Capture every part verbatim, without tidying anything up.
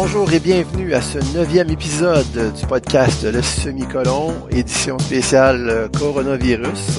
bonjour et bienvenue à ce neuvième épisode du podcast Le Semi-Colon, édition spéciale euh, coronavirus.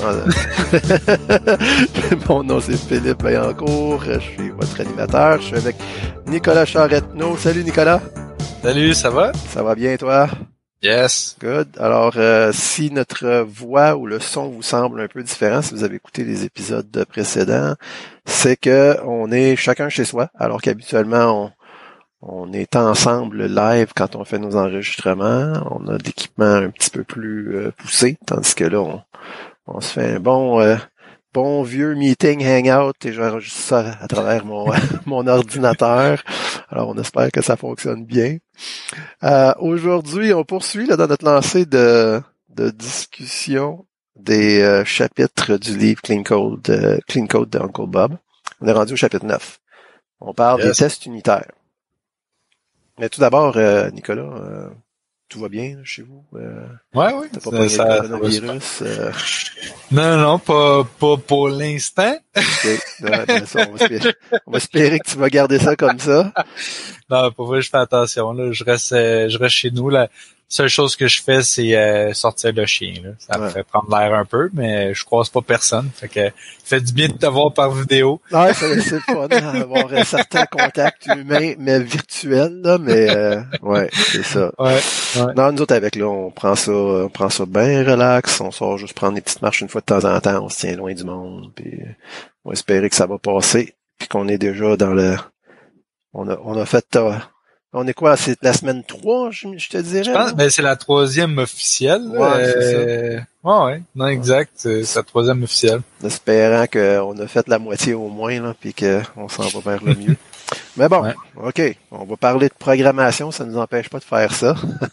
Mon nom c'est Philippe Vaillancourt, je suis votre animateur, je suis avec Nicolas Charretneau. Salut Nicolas. Salut, ça va? Ça va bien toi? Yes. Good. Alors, euh, si notre voix ou le son vous semble un peu différent, si vous avez écouté les épisodes précédents, c'est que on est chacun chez soi, alors qu'habituellement on On est ensemble live quand on fait nos enregistrements. On a d'équipements un petit peu plus euh, poussés, tandis que là, on, on se fait un bon euh, bon vieux meeting hangout et j'enregistre ça à travers mon mon ordinateur. Alors, on espère que ça fonctionne bien. Euh, aujourd'hui, on poursuit là dans notre lancée de de discussion des euh, chapitres du livre Clean Code, euh, Clean Code de Uncle Bob. On est rendu au chapitre neuf. On parle yes. des tests unitaires. Mais tout d'abord, euh, Nicolas, euh, tout va bien là, chez vous? Euh, ouais, oui. T'as pas pogné le coronavirus? Euh... Non, non, pas, pas pour l'instant. OK. Ouais, ben ça, on, va espérer, on va espérer que tu vas garder ça comme ça. Non, pour vrai, je fais attention. Là, je reste, euh, je reste chez nous. La seule chose que je fais, c'est euh, sortir le chien. Là. Ça ouais. me fait prendre l'air un peu, mais je croise pas personne. Fait que fait du bien de te voir par vidéo. Ouais, c'est, c'est le fun d'avoir un certain contact humain, mais virtuel, là, mais euh, ouais, c'est ça. Ouais, ouais. Non, nous autres avec là, on prend ça, on prend ça bien relax, on sort juste prendre des petites marches une fois de temps en temps, on se tient loin du monde, puis on va espérer que ça va passer, puis qu'on est déjà dans le on a on a fait euh, on est quoi, c'est la semaine trois, je, je te dirais? Je pense, ben, c'est la troisième officielle. Ouais, euh, c'est ça. Ouais, ouais, non, exact, c'est, c'est la troisième officielle. En espérant qu'on a fait la moitié au moins, là, puis qu'on s'en va vers le mieux. Mais bon, ouais. OK, on va parler de programmation, ça ne nous empêche pas de faire ça.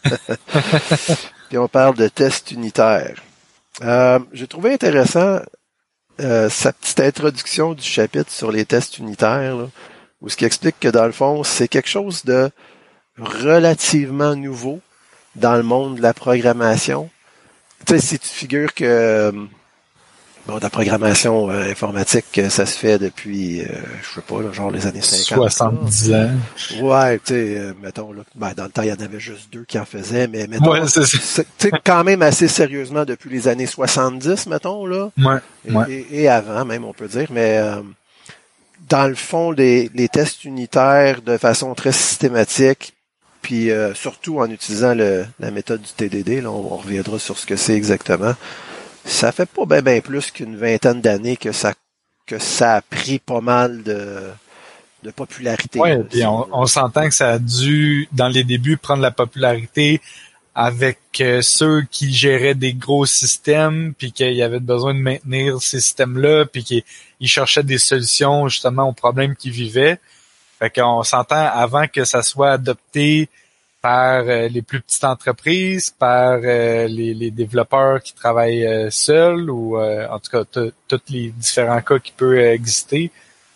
Puis on parle de tests unitaires. Euh, j'ai trouvé intéressant euh, sa petite introduction du chapitre sur les tests unitaires, là, où ce qui explique que dans le fond, c'est quelque chose de relativement nouveau dans le monde de la programmation. Tu sais, si tu figures que bon, la programmation euh, informatique, ça se fait depuis, euh, je sais pas, là, genre les années cinquante. soixante-dix ans. Ouais, tu sais, euh, mettons, là, ben, dans le temps, il y en avait juste deux qui en faisaient, mais mettons, ouais, c'est ça. c'est, tu sais, quand même assez sérieusement depuis les années soixante-dix, mettons, là. Ouais, et, ouais. Et, et avant, même, on peut dire, mais euh, dans le fond, les, les tests unitaires de façon très systématique, puis euh, surtout en utilisant le, la méthode du T D D, là, on, on reviendra sur ce que c'est exactement. Ça fait pas bien ben plus qu'une vingtaine d'années que ça que ça a pris pas mal de, de popularité. Ouais, puis on, on s'entend que ça a dû, dans les débuts, prendre la popularité avec euh, ceux qui géraient des gros systèmes, puis qu'il y avait besoin de maintenir ces systèmes-là, puis qu'ils cherchaient des solutions justement aux problèmes qu'ils vivaient. Fait qu'on s'entend avant que ça soit adopté par euh, les plus petites entreprises, par euh, les, les développeurs qui travaillent euh, seuls, ou euh, en tout cas tous les différents cas qui peuvent exister.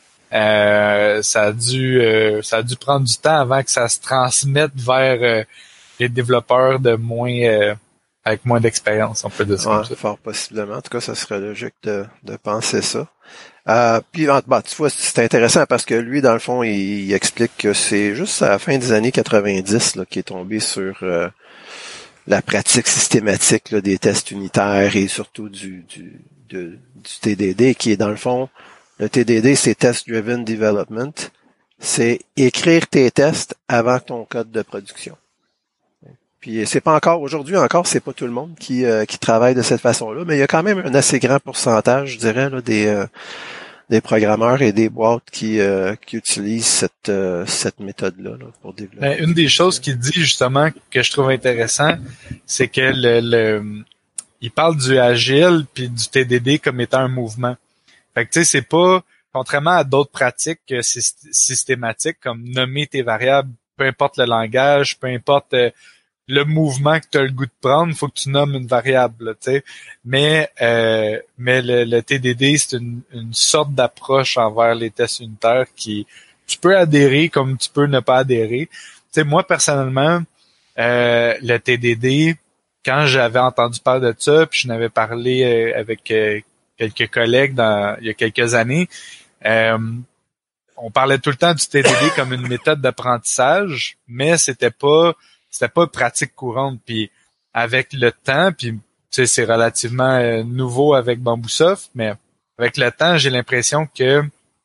Euh, ça a dû euh, ça a dû prendre du temps avant que ça se transmette vers euh, les développeurs de moins euh, avec moins d'expérience, on peut dire ça ouais, comme ça. Fort possiblement. En tout cas, ça serait logique de, de penser ça. Euh, puis, bah, tu vois, c'est intéressant parce que lui, dans le fond, il, il explique que c'est juste à la fin des années quatre-vingt-dix là, qu'il est tombé sur euh, la pratique systématique là, des tests unitaires et surtout du, du, de, du T D D, qui est dans le fond, le T D D, c'est Test Driven Development. C'est écrire tes tests avant ton code de production. Puis c'est pas encore, aujourd'hui encore, c'est pas tout le monde qui euh, qui travaille de cette façon-là, mais il y a quand même un assez grand pourcentage, je dirais, là, des euh, des programmeurs et des boîtes qui euh, qui utilisent cette euh, cette méthode-là là, pour développer. Ben, une des choses qu'il dit justement que je trouve intéressant, c'est que le, le il parle du agile puis du T D D comme étant un mouvement. Fait que tu sais, c'est pas, contrairement à d'autres pratiques systématiques comme nommer tes variables, peu importe le langage, peu importe euh, le mouvement que tu as le goût de prendre, il faut que tu nommes une variable, tu sais. Mais euh, mais le, le T D D, c'est une, une sorte d'approche envers les tests unitaires qui tu peux adhérer comme tu peux ne pas adhérer. Tu sais, moi personnellement, euh, le T D D, quand j'avais entendu parler de ça, puis je n'avais parlé euh, avec euh, quelques collègues dans il y a quelques années, euh, on parlait tout le temps du T D D comme une méthode d'apprentissage, mais c'était pas c'était pas pratique courante. Puis avec le temps, puis tu sais, c'est relativement euh, nouveau avec Bamboosoft, mais avec le temps, j'ai l'impression que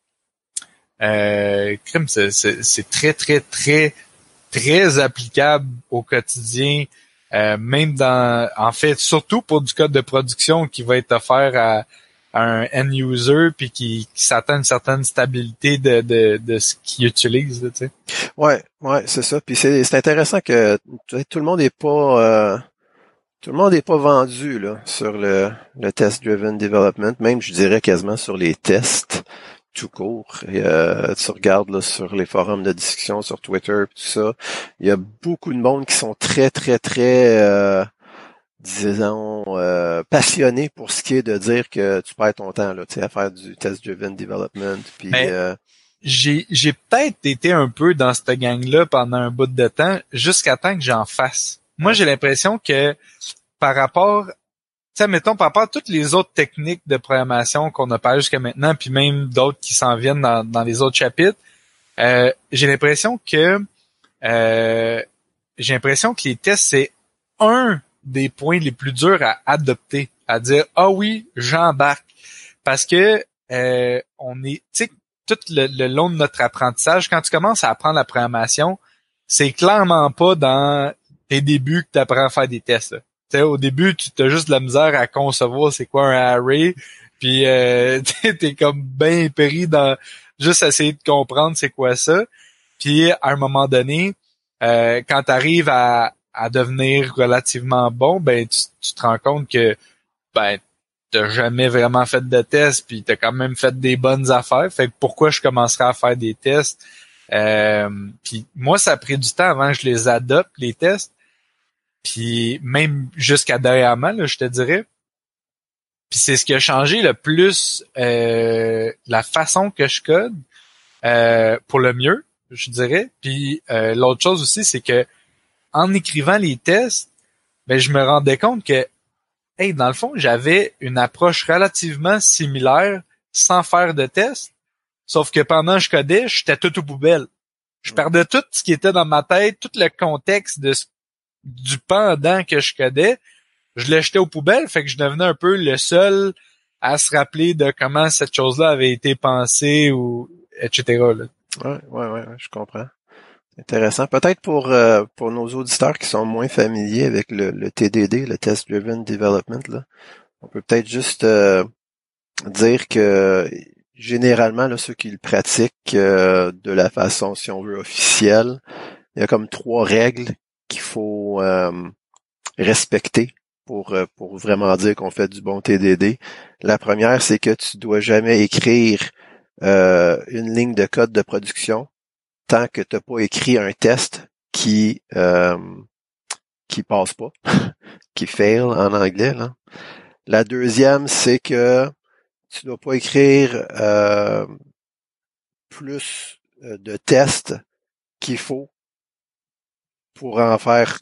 euh, crime, c'est, c'est, c'est très, très, très, très applicable au quotidien, euh, même dans, en fait, surtout pour du code de production qui va être offert à, à un end user puis qui, qui s'attend à une certaine stabilité de, de, de ce qu'il utilise, tu sais. Ouais, ouais, c'est ça. Puis c'est, c'est intéressant que tu sais, tout le monde n'est pas euh, tout le monde n'est pas vendu là sur le, le test-driven development, même je dirais quasiment sur les tests tout court. Et, euh, tu regardes là, sur les forums de discussion, sur Twitter, tout ça, il y a beaucoup de monde qui sont très, très, très euh, disons, euh, passionnés pour ce qui est de dire que tu perds ton temps là, tu sais, à faire du test-driven development. Puis Mais euh, j'ai j'ai peut-être été un peu dans cette gang-là pendant un bout de temps, jusqu'à temps que j'en fasse. Moi, j'ai l'impression que par rapport, tu sais, mettons, par rapport à toutes les autres techniques de programmation qu'on a parlé jusqu'à maintenant, puis même d'autres qui s'en viennent dans, dans les autres chapitres, euh, j'ai l'impression que euh, j'ai l'impression que les tests, c'est un des points les plus durs à adopter, à dire ah oui, j'embarque, parce que euh, on est, tu sais, tout le, le long de notre apprentissage, quand tu commences à apprendre la programmation, c'est clairement pas dans tes débuts que tu apprends à faire des tests. Là. Tu sais, au début, tu as juste de la misère à concevoir c'est quoi un array, puis euh, t'es comme bien pris dans juste essayer de comprendre c'est quoi ça. Puis à un moment donné, euh, quand tu arrives à, à devenir relativement bon, ben tu, tu te rends compte que ben t'as jamais vraiment fait de tests, puis t'as quand même fait des bonnes affaires. Fait que pourquoi je commencerais à faire des tests? Euh, puis moi, ça a pris du temps avant que je les adopte, les tests. Puis même jusqu'à dernièrement, là, je te dirais. Puis c'est ce qui a changé le plus euh, la façon que je code euh, pour le mieux, je dirais. Puis euh, l'autre chose aussi, c'est que en écrivant les tests, ben je me rendais compte que hey, dans le fond, j'avais une approche relativement similaire sans faire de tests, sauf que pendant que je codais, j'étais tout aux poubelles. Je perdais tout ce qui était dans ma tête, tout le contexte de ce, du pendant que je codais, je le jetais aux poubelles, fait que je devenais un peu le seul à se rappeler de comment cette chose-là avait été pensée ou et cetera. Là. ouais, ouais, ouais, ouais, je comprends. Intéressant. Peut-être pour euh, pour nos auditeurs qui sont moins familiers avec le, le T D D, le Test Driven Development, là, on peut peut-être juste euh, dire que généralement, là, ceux qui le pratiquent euh, de la façon, si on veut, officielle, il y a comme trois règles qu'il faut euh, respecter pour euh, pour vraiment dire qu'on fait du bon T D D. La première, c'est que tu dois jamais écrire euh, une ligne de code de production tant que tu n'as pas écrit un test qui euh, qui passe pas, qui fail en anglais. Là. La deuxième, c'est que tu dois pas écrire euh, plus de tests qu'il faut pour en faire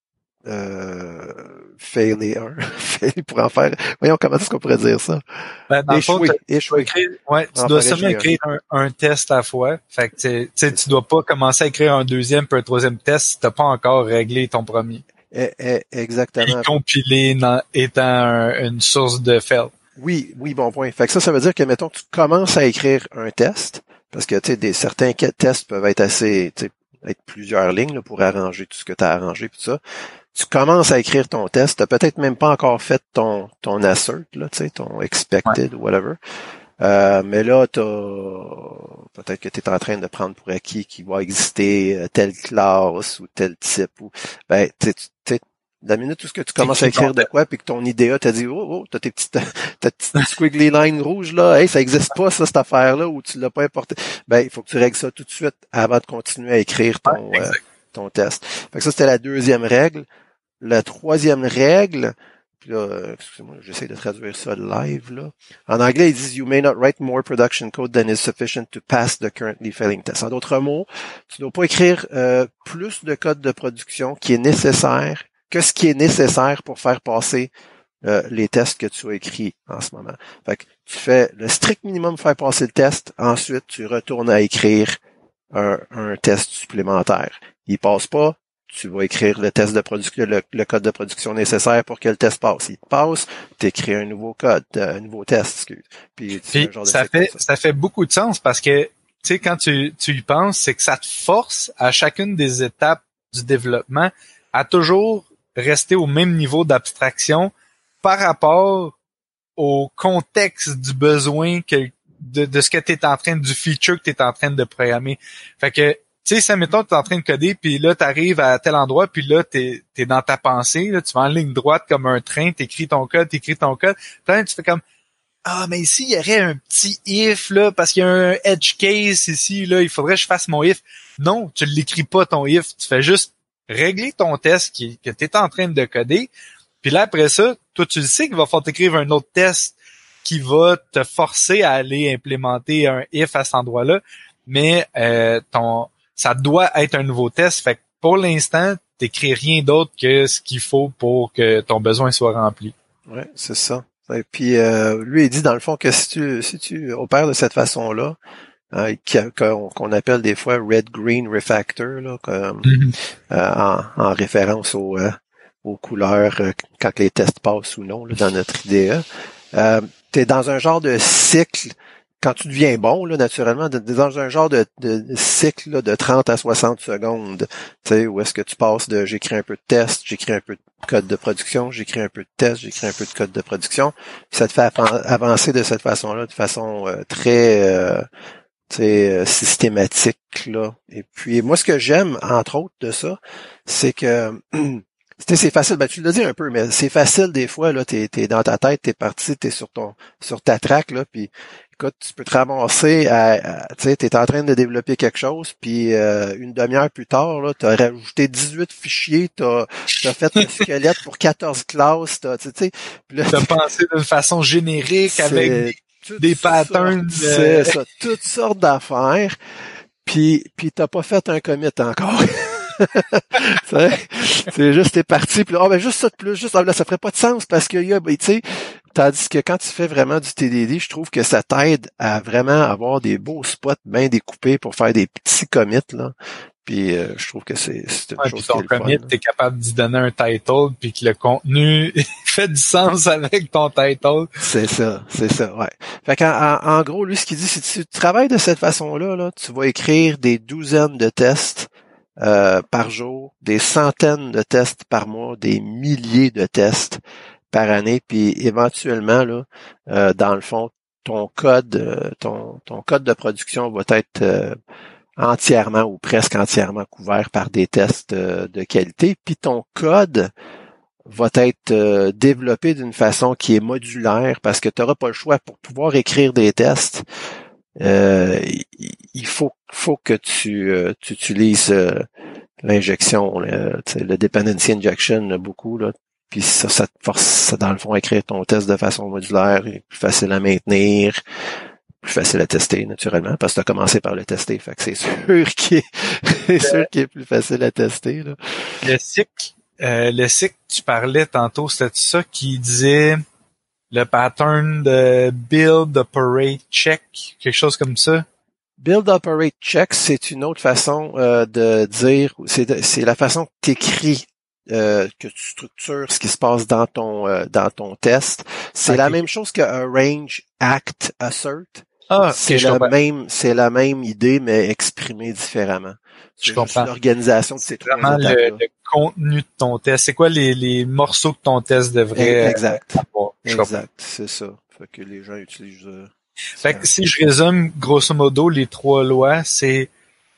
euh, failer un. pour en faire. Voyons comment est-ce qu'on pourrait dire ça. Ben, dans échouer, le fond, échouer. Écrire, ouais, tu en dois faire seulement échouer écrire un, un test à la fois. Fait que tu sais, tu dois pas commencer à écrire un deuxième puis un troisième test si t'as pas encore réglé ton premier. Eh, eh, exactement. Et compiler dans, étant un, une source de fail. Oui, oui, bon point. Fait que ça, ça veut dire que, mettons, tu commences à écrire un test, parce que, tu sais, des certains tests peuvent être assez, tu sais, être plusieurs lignes là, pour arranger tout ce que tu as arrangé, tout ça. Tu commences à écrire ton test, tu n'as peut-être même pas encore fait ton ton assert, là, tu sais, ton expected ou whatever. Euh, mais là, t'as peut-être que tu es en train de prendre pour acquis qu'il va exister telle classe ou tel type. Ou ben, tu sais, la minute où ce que tu commences à écrire de quoi, puis que ton idéa t'a dit, oh, oh, t'as tes petites, t'as tes petites squiggly lines rouges, là, hey, ça existe pas, ça, cette affaire-là, ou tu l'as pas importé. Ben, il faut que tu règles ça tout de suite avant de continuer à écrire ton, ouais, euh, ton test. Fait que ça, c'était la deuxième règle. La troisième règle, puis là, excusez-moi, j'essaie de traduire ça live, là. En anglais, ils disent, you may not write more production code than is sufficient to pass the currently failing test. En d'autres mots, tu ne dois pas écrire, euh, plus de code de production qui est nécessaire que ce qui est nécessaire pour faire passer euh, les tests que tu as écrits en ce moment. Fait que tu fais le strict minimum pour faire passer le test, ensuite tu retournes à écrire un, un test supplémentaire. Il passe pas, tu vas écrire le test de production, le, le code de production nécessaire pour que le test passe. Il passe, tu écris un nouveau code, un nouveau test, excuse. Puis, tu Puis un genre de ça fait ça. ça fait beaucoup de sens parce que tu sais quand tu tu y penses, c'est que ça te force à chacune des étapes du développement à toujours rester au même niveau d'abstraction par rapport au contexte du besoin que de, de ce que tu es en train, du feature que tu es en train de programmer. Fait que, tu sais, si, admettons, tu es en train de coder, puis là, tu arrives à tel endroit, puis là, tu es dans ta pensée, là, tu vas en ligne droite comme un train, tu écris ton code, tu écris ton code, puis là, tu fais comme, ah, mais ici, il y aurait un petit if, là, parce qu'il y a un edge case ici, là, il faudrait que je fasse mon if. Non, tu l'écris pas, ton if, tu fais juste régler ton test qui, que tu es en train de coder, puis là, après ça, toi, tu le sais qu'il va falloir t'écrire un autre test qui va te forcer à aller implémenter un if à cet endroit-là, mais euh, ton ça doit être un nouveau test. Fait que pour l'instant, t'écris rien d'autre que ce qu'il faut pour que ton besoin soit rempli. Ouais, c'est ça. Et puis euh, lui, il dit dans le fond que si tu si tu opères de cette façon-là, hein, qu'on, qu'on appelle des fois red green refactor, là, comme, Mm-hmm. euh, en, en référence au euh, aux couleurs euh, quand les tests passent ou non là, dans notre I D E. Euh, tu es dans un genre de cycle, quand tu deviens bon, là, naturellement, tu es dans un genre de, de, de cycle là, de trente à soixante secondes, tu sais, où est-ce que tu passes de j'écris un peu de test, j'écris un peu de code de production, j'écris un peu de test, j'écris un peu de code de production, puis ça te fait avancer de cette façon-là, de façon euh, très euh, euh, systématique, là. Et puis, moi, ce que j'aime, entre autres, de ça, c'est que C'était, c'est facile, ben tu l'as dit un peu, mais c'est facile des fois, là, t'es, t'es dans ta tête, t'es parti, t'es sur ton sur ta track, là, puis écoute, tu peux te ramasser à, à tu sais, t'es en train de développer quelque chose, puis euh, une demi-heure plus tard, là, t'as rajouté dix-huit fichiers, t'as, t'as fait un squelette pour quatorze classes, t'as, tu sais, puis là, T'as pensé d'une façon générique avec des, des patterns. Sortes, euh... C'est ça, toutes sortes d'affaires, puis puis t'as pas fait un commit encore. C'est juste t'es parti puis là, oh, ben juste ça de plus, juste ah, là ça ferait pas de sens parce que y a ben, tu sais, tandis que quand tu fais vraiment du T D D, je trouve que ça t'aide à vraiment avoir des beaux spots bien découpés pour faire des petits commits là. Puis euh, je trouve que c'est c'est une Ouais, chose puis ton qui est le commit, fun. t'es capable d'y donner un title puis que le contenu fait du sens avec ton title. C'est ça, c'est ça, ouais. Fait qu'en en, en gros, lui, ce qu'il dit, c'est que si tu travailles de cette façon-là, là, tu vas écrire des douzaines de tests euh, par jour, des centaines de tests par mois, des milliers de tests par année, puis éventuellement, là, euh, dans le fond, ton code, euh, ton, ton code de production va être euh, entièrement ou presque entièrement couvert par des tests euh, de qualité, puis ton code va être euh, développé d'une façon qui est modulaire parce que tu n'auras pas le choix pour pouvoir écrire des tests. Euh, il faut, faut que tu, euh, tu utilises euh, l'injection, le, le dependency injection là, beaucoup, là. Puis ça, ça te force, ça, dans le fond, à écrire ton test de façon modulaire, et plus facile à maintenir, plus facile à tester, naturellement, parce que tu as commencé par le tester. Fait que c'est sûr qu'il est, c'est sûr qu'il est plus facile à tester, là. Le cycle, euh, le cycle, tu parlais tantôt, c'était ça qui disait le pattern de build, operate, check, quelque chose comme ça. Build, operate, check, c'est une autre façon euh, de dire, c'est, c'est la façon que tu écris, euh, que tu structures ce qui se passe dans ton euh, dans ton test. C'est Okay. la même chose que arrange, act, assert. Ah, c'est okay, la même, c'est la même idée, mais exprimée différemment. C'est je comprends. L'organisation de ces trois vraiment étapes-là. le, le contenu de ton test. C'est quoi les, les morceaux que ton test devrait exact. avoir? Je exact, c'est ça. Fait que les gens utilisent. Euh, fait que si je résume grosso modo les trois lois, c'est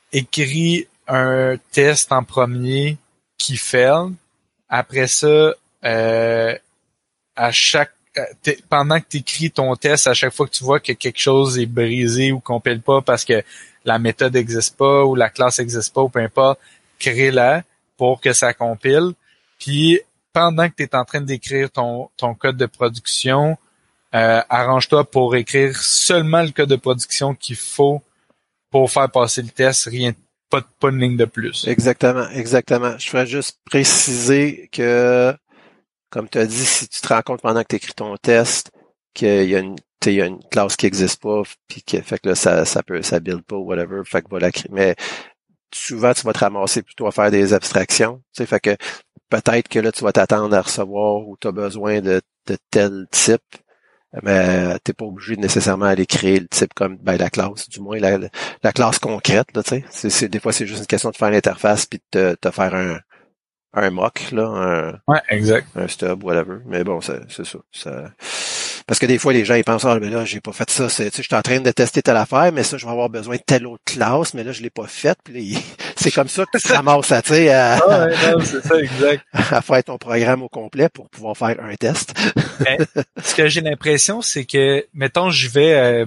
écris un test en premier qui fail. Après ça, euh, à chaque pendant que tu écris ton test, à chaque fois que tu vois que quelque chose est brisé ou compile pas parce que la méthode n'existe pas ou la classe n'existe pas ou peu importe, crée-la pour que ça compile. Puis pendant que tu es en train d'écrire ton, ton code de production, euh, arrange-toi pour écrire seulement le code de production qu'il faut pour faire passer le test, rien, pas, pas de ligne de plus. Exactement, exactement. Je ferais juste préciser que comme tu as dit, si tu te rends compte pendant que tu écris ton test qu'il y a une il y a une classe qui existe pas, puis que fait que là, ça, ça peut, ça build pas, whatever, fait que va la créer. Mais souvent, tu vas te ramasser plutôt à faire des abstractions. Tu sais, fait que peut-être que là, tu vas t'attendre à recevoir ou tu as besoin de, de tel type, mais t'es pas obligé de nécessairement aller créer le type comme ben, la classe, du moins la, la classe concrète, là, tu sais. C'est, c'est, des fois, c'est juste une question de faire l'interface puis de te, te faire un, un mock, là, un, Ouais, exact. un stub, whatever. Mais bon, c'est, c'est ça, ça. Parce que des fois, les gens, ils pensent, ah, mais là, j'ai pas fait ça. C'est, tu sais, je suis en train de tester telle affaire, mais ça, je vais avoir besoin de telle autre classe, mais là, je l'ai pas faite. Puis là, il... c'est comme ça que tu te ramasses, tu sais, à... Ah ouais, non, c'est ça, exact. à faire ton programme au complet pour pouvoir faire un test. Mais, ce que j'ai l'impression, c'est que, mettons, je vais, euh,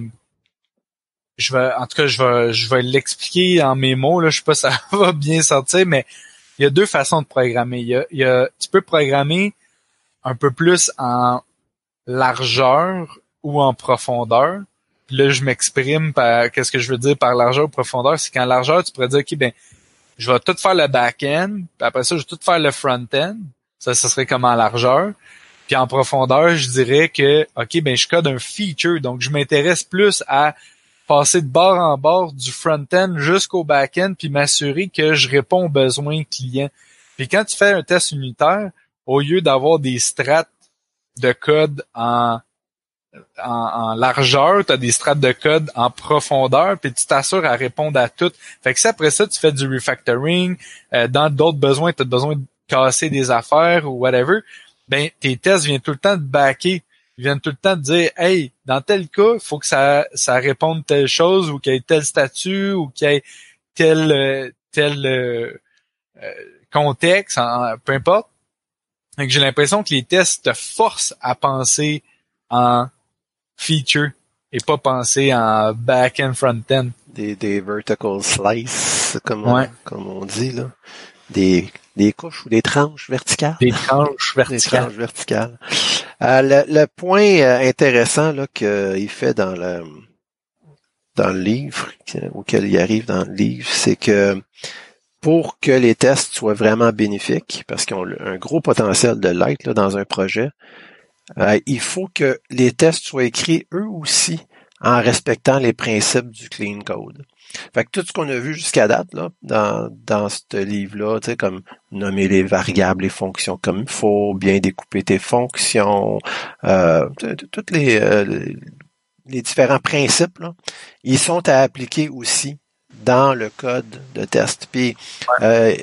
je vais, en tout cas, je vais, je vais l'expliquer en mes mots, là, je sais pas si ça va bien sortir, mais il y a deux façons de programmer. Il y a, il y a, tu peux programmer un peu plus en largeur ou en profondeur. Puis là, je m'exprime par qu'est-ce que je veux dire par largeur ou profondeur, c'est qu'en largeur, tu pourrais dire, OK, ben, je vais tout faire le back-end, puis après ça, je vais tout faire le front-end. Ça, ça serait comme en largeur. Puis en profondeur, je dirais que, OK, ben, je code un feature, donc je m'intéresse plus à passer de bord en bord du front-end jusqu'au back-end, puis m'assurer que je réponds aux besoins clients. Puis quand tu fais un test unitaire, au lieu d'avoir des strates de code en, en, en largeur, tu as des strates de code en profondeur, puis tu t'assures à répondre à tout. Fait que si après ça, tu fais du refactoring, euh, dans d'autres besoins, tu as besoin de casser des affaires ou whatever, ben tes tests viennent tout le temps de backer. Ils viennent tout le temps te dire, hey, dans tel cas, il faut que ça, ça réponde telle chose ou qu'il y ait tel statut ou qu'il y ait tel, euh, tel euh, euh, contexte, en, peu importe. Donc, j'ai l'impression que les tests te forcent à penser en feature et pas penser en back-end, front-end. Des, des vertical slice, comme, Ouais. on, comme on dit, là. Des, des couches ou des tranches verticales. Des tranches Des verticales. tranches verticales. Euh, le, le point euh, intéressant là qu'il fait dans le dans le livre, auquel il arrive dans le livre, c'est que pour que les tests soient vraiment bénéfiques, parce qu'ils ont un gros potentiel de l'être là, dans un projet, euh, il faut que les tests soient écrits eux aussi en respectant les principes du clean code. Fait que tout ce qu'on a vu jusqu'à date là, dans, dans ce livre-là, tu sais, comme nommer les variables, les fonctions comme il faut, bien découper tes fonctions, euh, tous les, euh, les différents principes, là, ils sont à appliquer aussi dans le code de test. Puis, euh,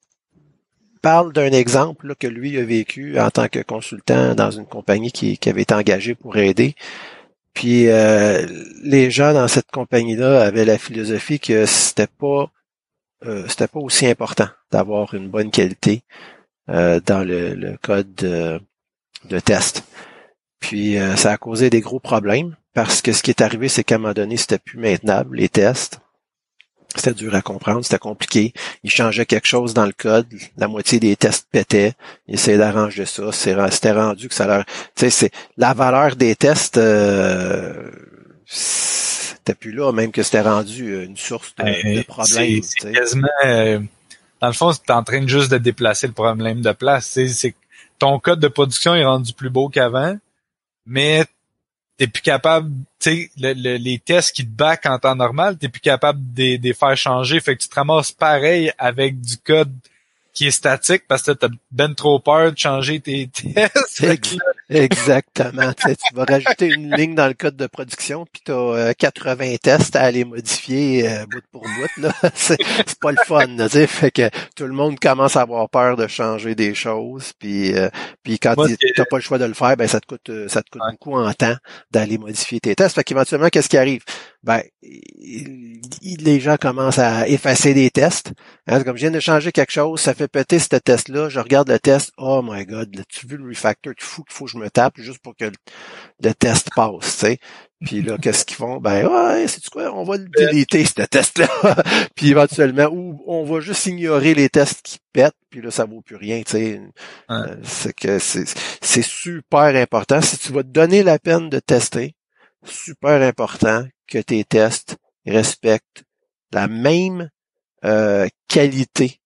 il parle d'un exemple là, que lui a vécu en tant que consultant dans une compagnie qui, qui avait été engagée pour aider. Puis euh, les gens dans cette compagnie-là avaient la philosophie que c'était pas euh, c'était pas aussi important d'avoir une bonne qualité euh, dans le, le code de, de test. Puis euh, ça a causé des gros problèmes parce que ce qui est arrivé, c'est qu'à un moment donné, c'était plus maintenable, les tests. C'était dur à comprendre, c'était compliqué. Ils changeaient quelque chose dans le code, la moitié des tests pétaient. Ils essayaient d'arranger ça. C'était rendu que ça leur... Tu sais, c'est la valeur des tests, euh, c'était plus là, même que c'était rendu une source de, Euh, de problèmes. c'est, c'est quasiment... Euh, dans le fond, tu es en train juste de déplacer le problème de place. C'est, c'est ton code de production est rendu plus beau qu'avant, mais t'es plus capable, tu sais, le, le, les tests qui te back en temps normal, t'es plus capable de les faire changer. Fait que tu te ramasses pareil avec du code qui est statique parce que t'as ben trop peur de changer tes tests. Ex- Exactement. Tu sais, tu vas rajouter une ligne dans le code de production, puis tu as quatre-vingts tests à aller modifier euh, bout pour bout. Là. C'est, c'est pas le fun. Là, tu sais. Fait que tout le monde commence à avoir peur de changer des choses. Puis, euh, puis quand Moi, tu n'as pas le choix de le faire, ben ça te coûte ça te coûte ouais. beaucoup en temps d'aller modifier tes tests. Fait qu'éventuellement, qu'est-ce qui arrive? Ben, il, il, les gens commencent à effacer des tests. Hein, comme je viens de changer quelque chose, ça fait péter ce test-là, je regarde le test, oh my god, là, tu veux le refactor, tu fous qu'il faut que je me tape juste pour que le, le test passe, tu sais. Puis là, qu'est-ce qu'ils font? Ben ouais, c'est quoi, on va le déliter, ce test-là. Puis éventuellement, ou on va juste ignorer les tests qui pètent, puis là, ça vaut plus rien, tu sais. Ouais. Euh, c'est que c'est, c'est super important. Si tu vas te donner la peine de tester, super important que tes tests respectent la même euh, qualité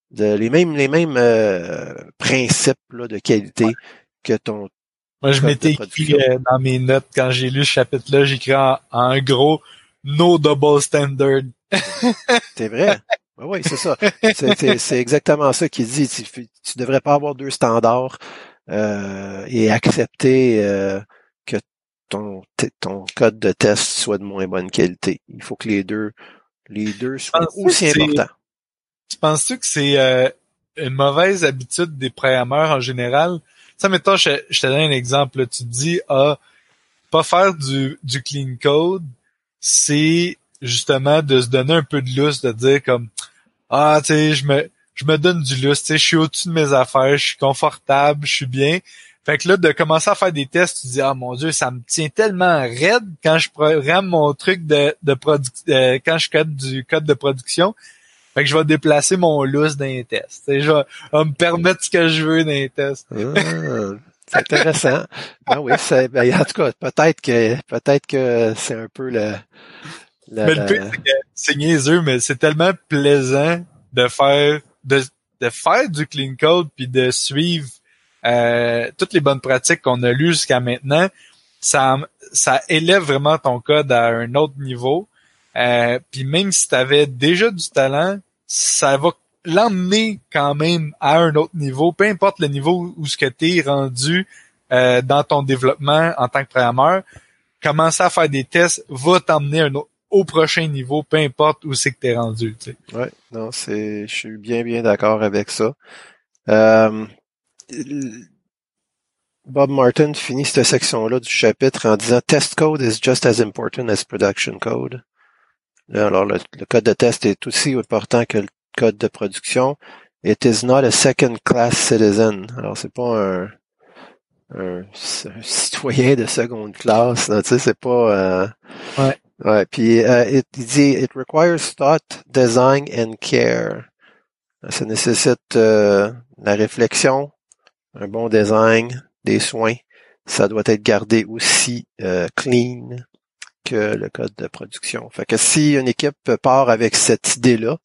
de les mêmes les mêmes euh, principes là, de qualité ouais. que ton Moi, je m'étais écrit euh, dans mes notes quand j'ai lu ce chapitre-là, j'ai écrit en, en gros « No double standard ». C'est vrai. Ben oui, c'est ça. C'est, c'est, c'est exactement ça qu'il dit. Tu, tu devrais pas avoir deux standards euh, et accepter euh, que ton ton code de test soit de moins bonne qualité. Il faut que les deux les deux soient aussi importants. Tu penses-tu que c'est euh, une mauvaise habitude des programmeurs en général? Ça, mettons, je, je te donne un exemple. Là. Tu te dis, ah, pas faire du, du clean code, c'est justement de se donner un peu de lousse, de dire comme, ah, tu sais, je me, je me donne du lousse, tu sais, je suis au-dessus de mes affaires, je suis confortable, je suis bien. Fait que là, de commencer à faire des tests, tu dis, ah mon Dieu, ça me tient tellement raide quand je programme mon truc de, de production, euh, quand je code du code de production. Fait que je vais déplacer mon lousse dans les tests. Je vais, je vais me permettre ce que je veux dans les tests. Ah, c'est intéressant. Ben oui, c'est, ben, en tout cas, peut-être que peut-être que c'est un peu le. le mais le pire, c'est que c'est niaiseux, mais c'est tellement plaisant de faire de, de faire du clean code puis de suivre euh, toutes les bonnes pratiques qu'on a lues jusqu'à maintenant. Ça, ça élève vraiment ton code à un autre niveau. Euh, puis même si tu avais déjà du talent, ça va l'emmener quand même à un autre niveau, peu importe le niveau où ce que tu es rendu euh, dans ton développement en tant que programmeur, commencer à faire des tests va t'emmener un autre, au prochain niveau, peu importe où c'est que tu es rendu. Tu sais. Ouais, non, c'est, je suis bien bien d'accord avec ça. Euh, Bob Martin finit cette section-là du chapitre en disant Test code is just as important as production code. Alors, le, le code de test est aussi important que le code de production. It is not a second-class citizen. Alors, c'est pas un, un, un citoyen de seconde classe. Tu sais, c'est pas... Euh, ouais. Ouais. Puis, euh, it, il dit It requires thought, design and care. Ça nécessite euh, la réflexion, un bon design, des soins. Ça doit être gardé aussi euh, clean que le code de production. Fait que si une équipe part avec cette idée-là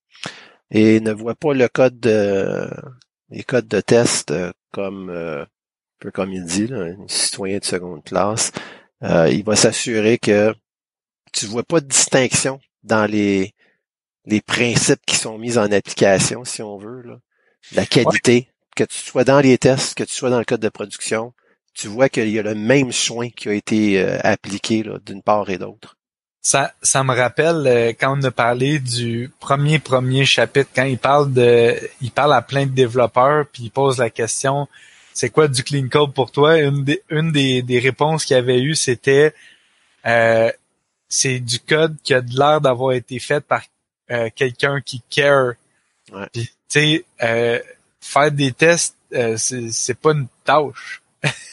et ne voit pas le code de les codes de test comme euh, un peu comme il dit, là, un citoyen de seconde classe, euh, il va s'assurer que tu vois pas de distinction dans les les principes qui sont mis en application, si on veut, là. La qualité, ouais. Que tu sois dans les tests, que tu sois dans le code de production, tu vois qu'il y a le même soin qui a été euh, appliqué là, d'une part et d'autre. Ça, ça me rappelle euh, quand on a parlé du premier premier chapitre, quand il parle de, il parle à plein de développeurs, puis il pose la question, c'est quoi du clean code pour toi? Une des, une des, des réponses qu'il avait eues, c'était, euh, c'est du code qui a de l'air d'avoir été fait par euh, quelqu'un qui care. Ouais. Puis, tu sais, euh, faire des tests, euh, c'est, c'est pas une tâche.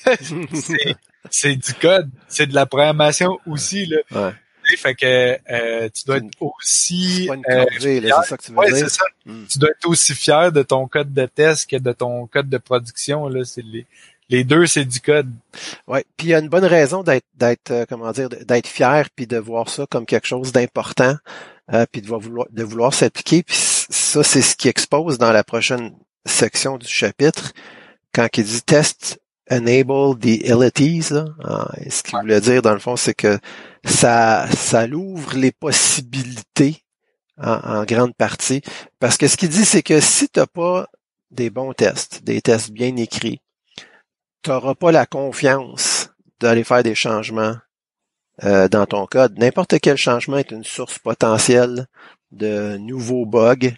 c'est, c'est du code, c'est de la programmation aussi là. Ouais. Fait que euh, tu dois être aussi c'est pas une corvée, euh, là, c'est ça que tu veux ouais, dire? c'est ça. Mm. Tu dois être aussi fier de ton code de test que de ton code de production. Là. C'est les, les deux, c'est du code. Ouais. Puis il y a une bonne raison d'être, d'être, euh, comment dire, d'être fier puis de voir ça comme quelque chose d'important, euh, puis de vouloir, de vouloir s'appliquer. Puis ça, c'est ce qui expose dans la prochaine section du chapitre quand il dit test enable the abilities. Là. Ah, ce qu'il voulait dire dans le fond, c'est que ça, ça l'ouvre les possibilités en, en grande partie. Parce que ce qu'il dit, c'est que si t'as pas des bons tests, des tests bien écrits, t'auras pas la confiance d'aller faire des changements euh, dans ton code. N'importe quel changement est une source potentielle de nouveaux bugs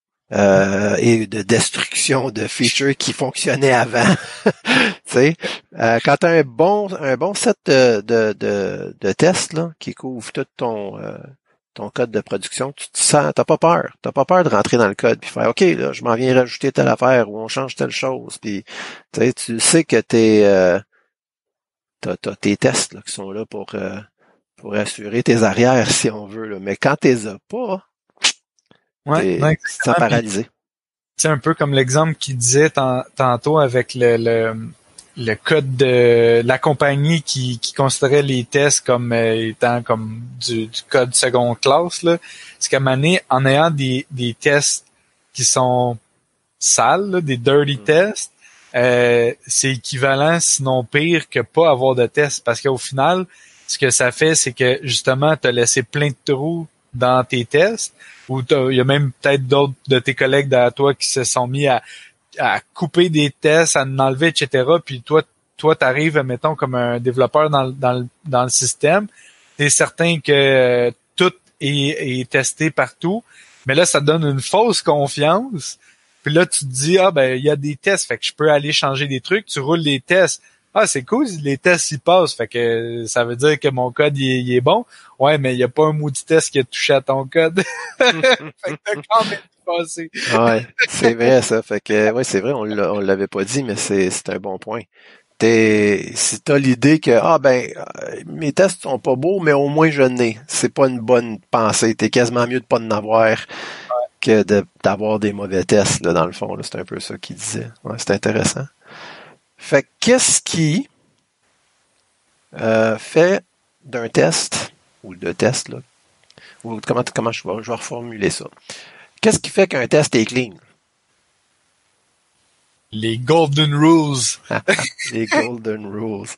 euh, et de destruction de features qui fonctionnaient avant. Tu sais, euh, quand tu as un bon un bon set de de, de, de tests là qui couvre tout ton euh, ton code de production, tu te sens, t'as pas peur, t'as pas peur de rentrer dans le code puis faire ok là, je m'en viens rajouter telle affaire ou on change telle chose puis tu sais, tu sais que t'es euh, t'as, t'as tes tests là, qui sont là pour euh, pour assurer tes arrières si on veut là. Mais quand t'es as pas, ouais, t'es, tu te sens paralysé. C'est un peu comme l'exemple qu'il disait tant, tantôt avec le, le le code de la compagnie qui, qui considérait les tests comme euh, étant comme du, du code seconde classe là. C'est qu'à un moment donné, en ayant des, des tests qui sont sales, là, des dirty mm. tests, euh, c'est équivalent, sinon pire, que pas avoir de tests. Parce qu'au final, ce que ça fait, c'est que justement, t'as laissé plein de trous dans tes tests, ou il y a même peut-être d'autres de tes collègues derrière toi qui se sont mis à, à couper des tests, à en enlever, et cetera. Puis toi, toi, t'arrives, mettons, comme un développeur dans, dans, dans le système, t'es certain que euh, tout est, est testé partout, mais là, ça te donne une fausse confiance. Puis là, tu te dis, ah ben, il y a des tests, fait que je peux aller changer des trucs, tu roules les tests. Ah, c'est cool, les tests y passent, fait que ça veut dire que mon code il est, il est bon. Ouais, mais il y a pas un maudit test qui a touché à ton code. Fait que t'as quand même passé. Ouais, c'est vrai ça. Fait que ouais, c'est vrai, on l'a, on l'avait pas dit, mais c'est c'est un bon point. T'es, si t'as l'idée que ah ben euh, mes tests sont pas beaux, mais au moins je n'ai. C'est pas une bonne pensée. T'es quasiment mieux de pas en avoir ouais. que de d'avoir des mauvais tests là, dans le fond. Là. C'est un peu ça qu'il disait. Ouais, c'est intéressant. Fait que qu'est-ce qui euh, fait d'un test ou de test là, ou comment comment je vais je vais reformuler ça. Qu'est-ce qui fait qu'un test est clean? Les golden rules. Les golden rules.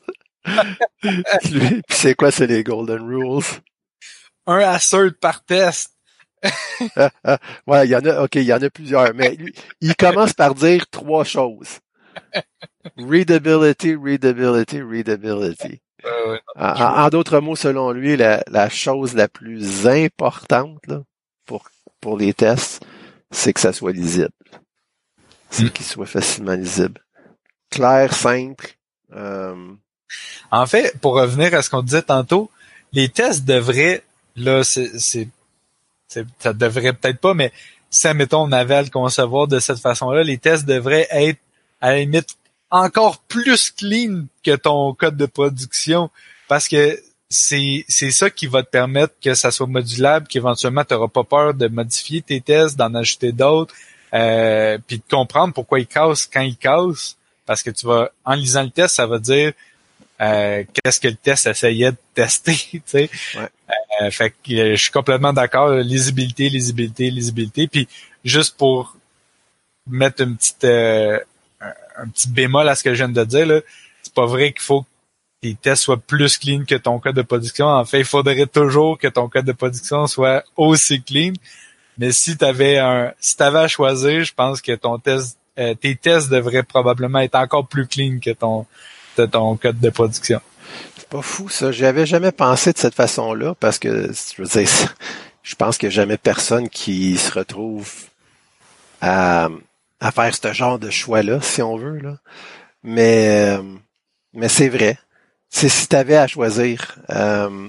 Puis c'est quoi, c'est les golden rules? Un assert par test. ah, ah, ouais, il y en a, ok, il y en a plusieurs, mais lui, il commence par dire trois choses. Readability, readability, readability. Euh, ouais, non, en, en d'autres mots, selon lui, la, la chose la plus importante là, pour, pour les tests, c'est que ça soit lisible. C'est mm. qu'il soit facilement lisible. Clair, simple. Euh... En fait, pour revenir à ce qu'on disait tantôt, les tests devraient, là, c'est, c'est, c'est ça devrait peut-être pas, mais si, admettons, on avait à le concevoir de cette façon-là, les tests devraient être, à la limite, encore plus clean que ton code de production, parce que c'est, c'est ça qui va te permettre que ça soit modulable, qu'éventuellement, tu n'auras pas peur de modifier tes tests, d'en ajouter d'autres, euh, puis de comprendre pourquoi ils cassent quand ils cassent, parce que tu vas, en lisant le test, ça va dire euh, qu'est-ce que le test essayait de tester, tu sais. Ouais. Euh, fait que euh, je suis complètement d'accord, lisibilité, lisibilité, lisibilité, puis juste pour mettre une petite euh, un, un petit bémol à ce que je viens de dire, là, c'est pas vrai qu'il faut que tes tests soient plus clean que ton code de production. En fait, il faudrait toujours que ton code de production soit aussi clean. Mais si t'avais un, si t'avais à choisir, je pense que ton test, euh, tes tests devraient probablement être encore plus clean que ton, que ton code de production. C'est pas fou ça. J'y avais jamais pensé de cette façon-là parce que je veux dire, je pense qu'il n'y a jamais personne qui se retrouve à, à faire ce genre de choix-là, si on veut là. Mais, mais c'est vrai. C'est si t'avais à choisir. Euh,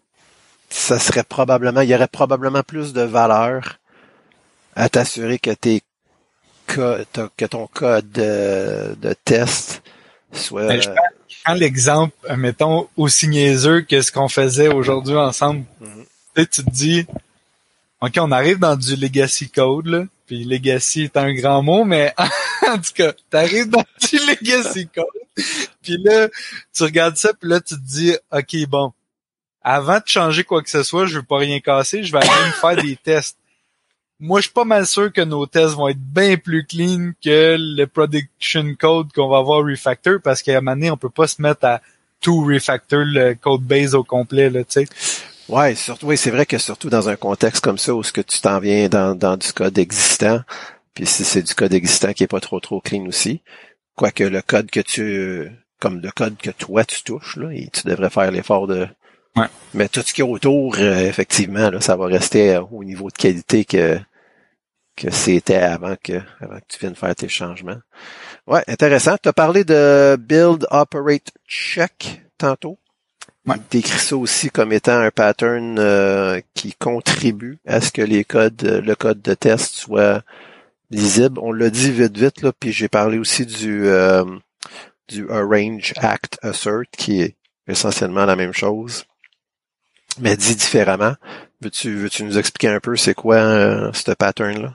ça serait probablement, il y aurait probablement plus de valeur à t'assurer que tes codes, que ton code de, de test soit. Ben, je prends, je prends l'exemple, mettons, aussi niaiseux que ce qu'on faisait aujourd'hui ensemble. Mm-hmm. Tu sais, tu te dis, ok, on arrive dans du legacy code, là, puis legacy est un grand mot, mais en tout cas, t'arrives dans du legacy code, puis là, tu regardes ça, puis là, tu te dis, ok, bon. Avant de changer quoi que ce soit, je veux pas rien casser, je vais aller me faire des tests. Moi, je suis pas mal sûr que nos tests vont être bien plus clean que le production code qu'on va avoir refactor, parce qu'à un moment donné, on peut pas se mettre à tout refactor le code base au complet, là, tu sais. Ouais, surtout, oui, c'est vrai que surtout dans un contexte comme ça, où ce que tu t'en viens dans, dans du code existant, puis si c'est du code existant qui est pas trop trop clean aussi, quoique le code que tu, comme le code que toi tu touches, là, et tu devrais faire l'effort de. Ouais. Mais tout ce qui est autour, euh, effectivement, là, ça va rester euh, au niveau de qualité que que c'était avant que avant que tu viennes faire tes changements. Ouais, intéressant. Tu as parlé de Build, Operate, Check tantôt. Ouais. Tu décris ça aussi comme étant un pattern euh, qui contribue à ce que les codes, le code de test soit lisible. On l'a dit vite vite là, puis j'ai parlé aussi du euh, du Arrange, Act, Assert, qui est essentiellement la même chose, mais dit différemment. Veux-tu, veux-tu nous expliquer un peu c'est quoi euh, ce pattern-là?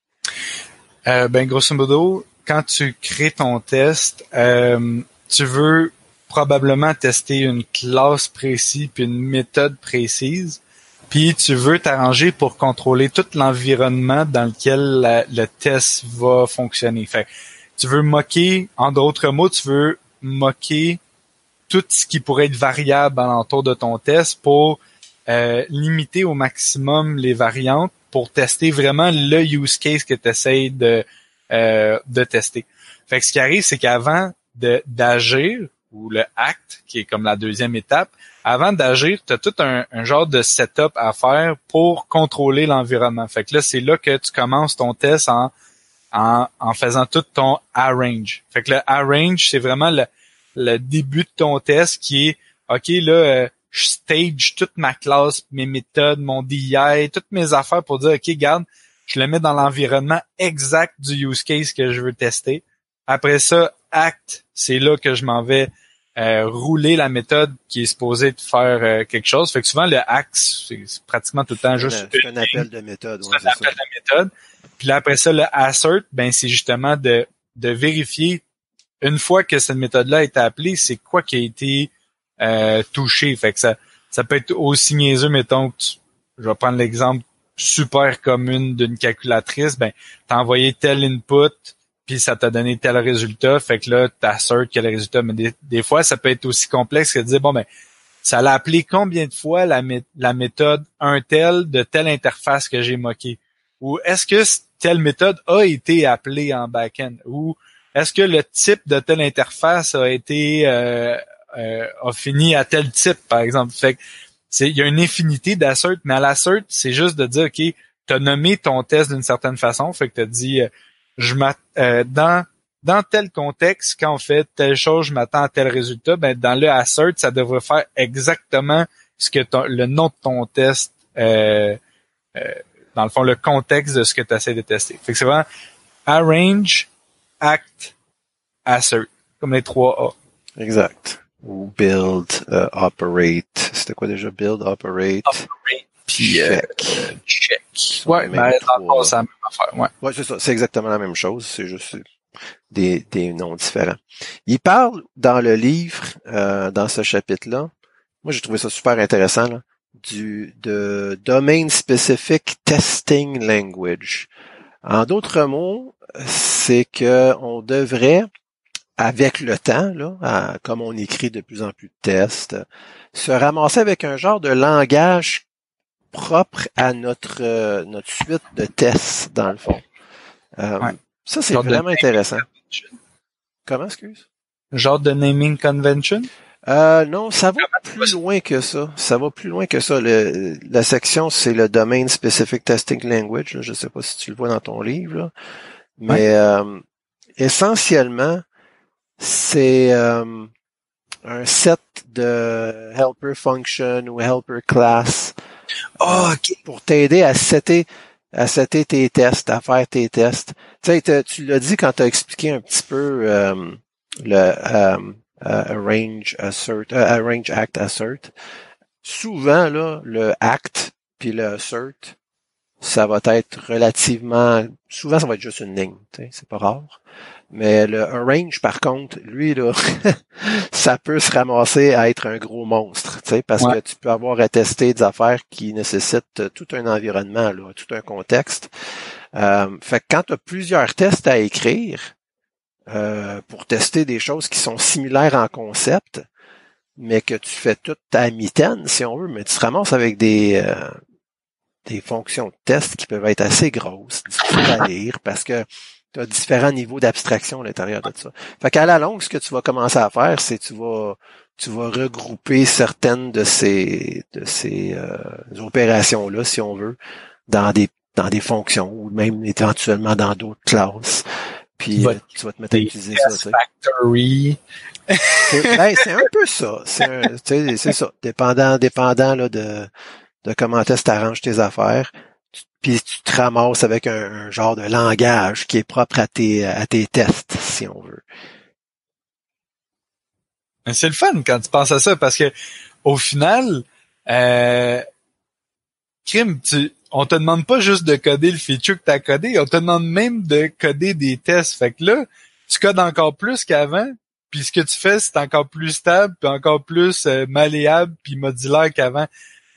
Euh, ben, grosso modo, quand tu crées ton test, euh, tu veux probablement tester une classe précise puis une méthode précise. puis tu veux t'arranger pour contrôler tout l'environnement dans lequel la, le test va fonctionner. Fait tu veux moquer, en d'autres mots, tu veux moquer tout ce qui pourrait être variable alentour de ton test pour euh, limiter au maximum les variantes pour tester vraiment le use case que tu essaies de, euh, de tester. Fait que ce qui arrive, c'est qu'avant de, d'agir, ou le act, qui est comme la deuxième étape, avant d'agir, tu as tout un, un genre de setup à faire pour contrôler l'environnement. Fait que là, c'est là que tu commences ton test en, en, en faisant tout ton arrange. Fait que le arrange, c'est vraiment le, le début de ton test qui est, OK, là, euh, je stage toute ma classe, mes méthodes, mon D I, toutes mes affaires pour dire, OK, regarde, je le mets dans l'environnement exact du use case que je veux tester. Après ça, act, c'est là que je m'en vais euh, rouler la méthode qui est supposée de faire euh, quelque chose. Fait que souvent, le act, c'est, c'est pratiquement tout le temps juste... C'est un, un appel de méthode. C'est ouais, un c'est appel ça. de méthode. Puis là, après ça, le assert, ben c'est justement de, de vérifier, une fois que cette méthode-là a été appelée, c'est quoi qui a été euh, touché. Fait que ça, ça peut être aussi niaiseux, mettons, que tu, je vais prendre l'exemple super commune d'une calculatrice, ben t'as envoyé tel input, puis ça t'a donné tel résultat, fait que là, t'asserts quel résultat. Mais des, des fois, ça peut être aussi complexe que de dire, bon, ben, ça l'a appelé combien de fois la, mé- la méthode un tel de telle interface que j'ai moqué? Ou est-ce que telle méthode a été appelée en back-end? Ou est-ce que le type de telle interface a été euh, euh, a fini à tel type, par exemple? Fait que c'est, il y a une infinité d'assert, mais à l'assert, c'est juste de dire, OK, t'as nommé ton test d'une certaine façon, fait que t'as dit euh, je m'att- euh, dans dans tel contexte, quand on fait telle chose, je m'attends à tel résultat, ben dans le assert, ça devrait faire exactement ce que ton, le nom de ton test, euh, euh, dans le fond, le contexte de ce que tu essaies de tester. Fait que c'est vraiment arrange, act, assert, comme les trois A. Exact. Ou build, uh, operate. C'était quoi déjà? Build, operate, Operate, puis check. Euh, check. sont Ouais, les mêmes ben dans le fond, trois. c'est la même affaire, ouais. Ouais, c'est ça. C'est exactement la même chose. C'est juste des, des noms différents. Il parle dans le livre, euh, dans ce chapitre-là, moi j'ai trouvé ça super intéressant, là, du de Domain Specific Testing Language. En d'autres mots, c'est que on devrait, avec le temps, là, à- comme on écrit de plus en plus de tests, se ramasser avec un genre de langage propre à notre euh, notre suite de tests, dans le fond. Euh, Ouais. Ça, c'est Genre de vraiment naming intéressant. convention. Comment, excuse? Genre de naming convention? Euh, non, ça va plus loin que ça. Ça va plus loin que ça. Le, la section, c'est le Domain Specific Testing Language. Là. Je ne sais pas si tu le vois dans ton livre, là. Mais Ouais. euh, essentiellement, c'est euh, un set de helper function ou helper class Oh, euh, ok. pour t'aider à setter à setter tes tests, à faire tes tests. Tu sais, tu l'as dit quand tu as expliqué un petit peu euh, le euh, euh, arrange, assert, euh, arrange, act, assert. Souvent, là, le act puis le assert, ça va être relativement... Souvent, ça va être juste une ligne, tu sais, c'est pas rare. Mais le arrange, par contre, lui, là, ça peut se ramasser à être un gros monstre, tu sais, parce Ouais. que tu peux avoir à tester des affaires qui nécessitent tout un environnement, là, tout un contexte. Euh, fait que quand tu as plusieurs tests à écrire euh, pour tester des choses qui sont similaires en concept, mais que tu fais toute ta mitaine, si on veut, mais tu te ramasses avec des... Euh, des fonctions de test qui peuvent être assez grosses, difficiles à lire, parce que tu as différents niveaux d'abstraction à l'intérieur de ça. Fait qu'à la longue, ce que tu vas commencer à faire, c'est tu vas tu vas regrouper certaines de ces de ces euh, opérations-là, si on veut, dans des dans des fonctions ou même éventuellement dans d'autres classes. Puis Va- euh, tu vas te mettre à Des utiliser ça. test Tu sais. factory. C'est, ben, c'est un peu ça. C'est, un, tu sais, c'est ça. Dépendant, dépendant là, de de comment est-ce que tu arranges tes affaires. Tu- Puis tu te ramasses avec un, un genre de langage qui est propre à tes, à tes tests, si on veut. Mais c'est le fun quand tu penses à ça parce que au final, euh, crime, tu, on te demande pas juste de coder le feature que tu as codé, on te demande même de coder des tests. Fait que là, tu codes encore plus qu'avant, puis ce que tu fais, c'est encore plus stable, puis encore plus euh, malléable, puis modulaire qu'avant.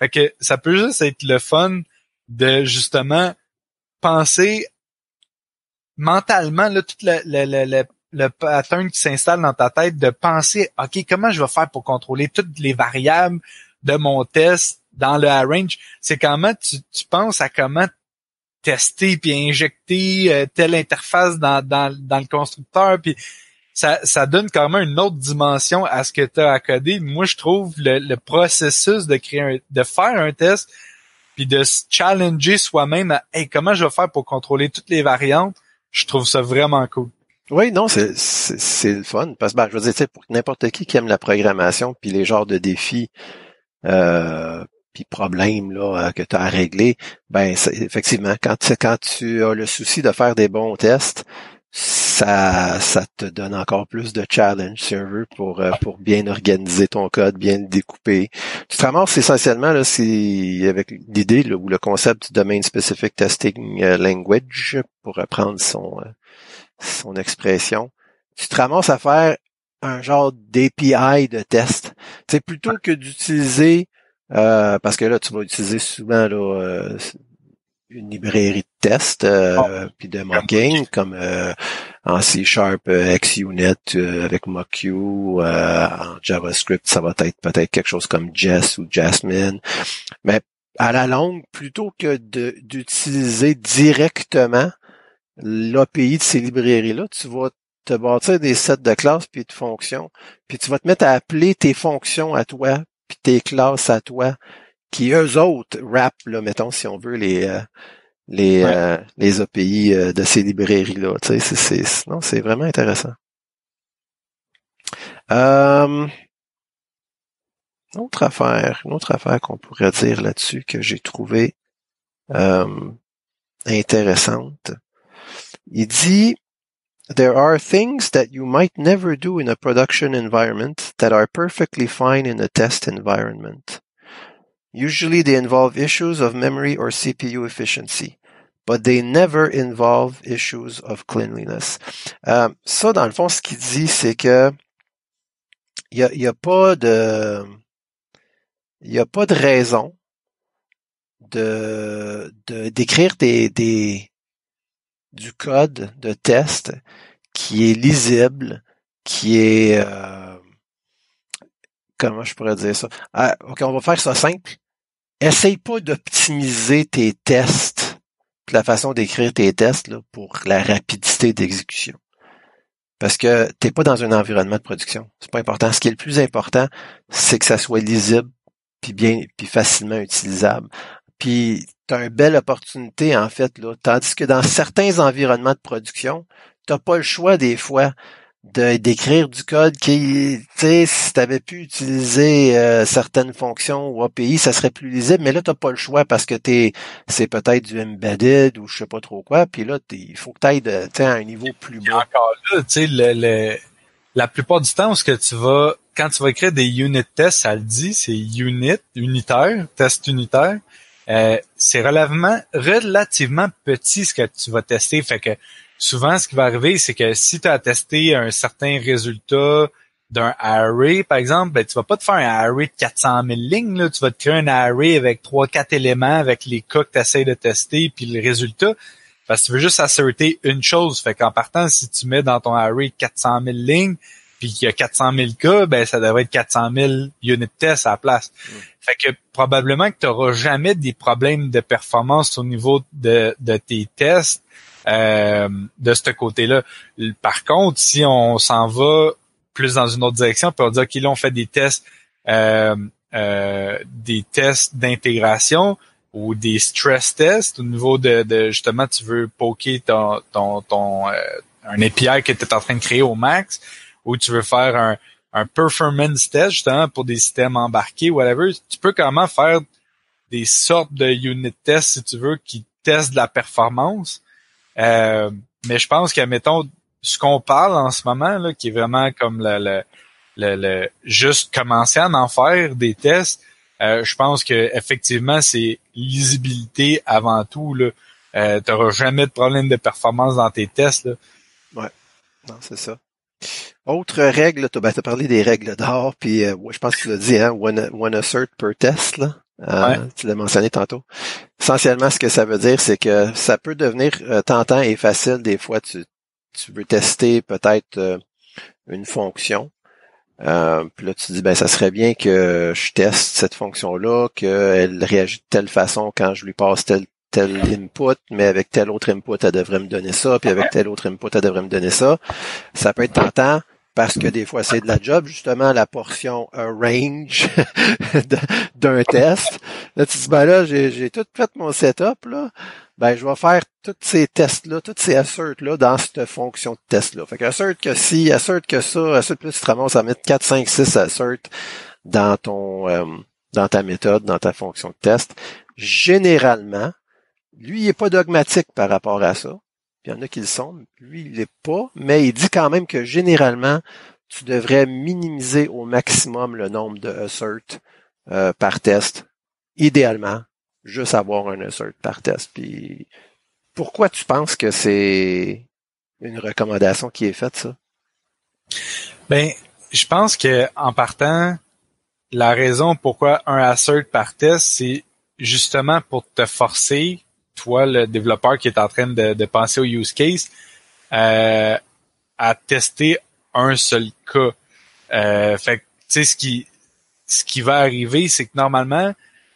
Fait que ça peut juste être le fun de justement penser mentalement là tout le le le le, le pattern qui s'installe dans ta tête, de penser OK, comment je vais faire pour contrôler toutes les variables de mon test dans le range. C'est comment tu tu penses à comment tester puis injecter euh, telle interface dans dans dans le constructeur, puis ça ça donne quand même une autre dimension à ce que tu as à coder. Moi, je trouve le, le processus de créer un, de faire un test puis de se challenger soi-même à hey, comment je vais faire pour contrôler toutes les variantes, je trouve ça vraiment cool. Oui, non, c'est c'est, c'est le fun. Parce que ben, je veux dire, tu sais, pour n'importe qui qui aime la programmation puis les genres de défis euh, puis problèmes là que tu as à régler, ben c'est, effectivement, quand tu quand tu as le souci de faire des bons tests, ça ça te donne encore plus de challenge, si on veut, pour pour bien organiser ton code, bien le découper. Tu te ramasses essentiellement là, c'est avec l'idée là, ou le concept du Domain Specific Testing Language, pour reprendre son son expression. Tu te ramasses à faire un genre d'A P I de test. Tu sais, plutôt que d'utiliser euh, parce que là, tu vas utiliser souvent là euh, une librairie de test euh, puis de mocking comme euh, en C Sharp euh, XUnit euh, avec MockQ, euh, en JavaScript ça va être peut-être quelque chose comme Jest ou Jasmine, mais à la longue, plutôt que de d'utiliser directement l'A P I de ces librairies-là, tu vas te bâtir des sets de classes puis de fonctions, puis tu vas te mettre à appeler tes fonctions à toi puis tes classes à toi, qui eux autres wrap, là, mettons, si on veut, les euh, les Ouais. euh, les A P I euh, de ces librairies-là. Tu sais, c'est, c'est, non, c'est vraiment intéressant. Euh, une autre affaire, une autre affaire qu'on pourrait dire là-dessus que j'ai trouvé euh, intéressante. Il dit There are things that you might never do in a production environment that are perfectly fine in a test environment. Usually they involve issues of memory or C P U efficiency, but they never involve issues of cleanliness. Euh, ça, dans le fond, ce qu'il dit, c'est que il y a, y a pas de il y a pas de raison de, de d'écrire des, des du code de test qui est lisible, qui est euh, comment je pourrais dire ça? Ah, ok, on va faire ça simple. Essaye pas d'optimiser tes tests, la façon d'écrire tes tests là, pour la rapidité d'exécution. Parce que t'es pas dans un environnement de production. C'est pas important. Ce qui est le plus important, c'est que ça soit lisible, puis bien, puis facilement utilisable. Puis t'as une belle opportunité, en fait, là. Tandis que dans certains environnements de production, t'as pas le choix des fois de d'écrire du code qui, tu sais, si t'avais pu utiliser euh, certaines fonctions ou A P I, ça serait plus lisible, mais là t'as pas le choix parce que t'es c'est peut-être du embedded ou je sais pas trop quoi, puis là il faut que t'ailles de, tu sais, à un niveau plus bas. Encore là, tu sais, le, le, la plupart du temps, ce que tu vas, quand tu vas écrire des unit tests, ça le dit, c'est unit, unitaire, test unitaire. Euh, c'est relativement, relativement petit ce que tu vas tester. Fait que souvent, ce qui va arriver, c'est que si tu as testé un certain résultat d'un array, par exemple, ben, tu vas pas te faire un array de quatre cent mille lignes, là. Tu vas te créer un array avec trois quatre éléments, avec les cas que tu essaies de tester, puis le résultat. Parce que tu veux juste asserter une chose. Fait qu'en partant, si tu mets dans ton array quatre cent mille lignes, puis qu'il y a quatre cent mille cas, ben ça devrait être quatre cent mille unit tests à la place. Mm. Fait que probablement que tu n'auras jamais des problèmes de performance au niveau de, de tes tests euh, de ce côté-là. Par contre, si on s'en va plus dans une autre direction, puis on dit OK, là, on fait des tests euh, euh, des tests d'intégration ou des stress tests au niveau de, de justement, tu veux poker ton, ton, ton euh, un A P I que tu es en train de créer au max, ou tu veux faire un, un performance test justement pour des systèmes embarqués, whatever, tu peux quand même faire des sortes de unit tests, si tu veux, qui testent de la performance. Euh, mais je pense que, mettons, ce qu'on parle en ce moment, là, qui est vraiment comme le, le, le, le juste commencer à en faire des tests, euh, je pense que effectivement, c'est lisibilité avant tout, là. Euh, tu n'auras jamais de problème de performance dans tes tests, là. Ouais, non, c'est ça. Autre règle, tu as ben, parlé des règles d'or, puis euh, je pense que tu l'as dit, hein, one, one assert per test, là. Euh, Ouais. Tu l'as mentionné tantôt. Essentiellement, ce que ça veut dire, c'est que ça peut devenir euh, tentant et facile. Des fois, tu, tu veux tester peut-être euh, une fonction. Euh, puis là, tu te dis, ben, ça serait bien que je teste cette fonction-là, qu'elle réagit de telle façon quand je lui passe tel tel input, mais avec tel autre input, elle devrait me donner ça, puis avec tel autre input, elle devrait me donner ça. Ça peut être tentant parce que des fois, c'est de la job, justement, la portion euh, range de- d'un test. Là, tu te dis, ben là, j'ai, j'ai tout fait mon setup, là. Ben, je vais faire tous ces tests-là, tous ces asserts-là dans cette fonction de test-là. Fait que assert que si, assert que ça, assert plus tu te ramasses à mettre quatre, cinq, six asserts dans ton, euh, dans ta méthode, dans ta fonction de test. Généralement, lui, il est pas dogmatique par rapport à ça. Il y en a qui le sont. Lui, il l'est pas, mais il dit quand même que généralement, tu devrais minimiser au maximum le nombre de asserts euh, par test. Idéalement, juste avoir un assert par test. Puis, pourquoi tu penses que c'est une recommandation qui est faite, ça? Ben, je pense que en partant, la raison pourquoi un assert par test, c'est justement pour te forcer, toi, le développeur qui est en train de, de penser au use case, euh, à tester un seul cas. Euh, fait que, tu sais, ce qui, ce qui va arriver, c'est que normalement,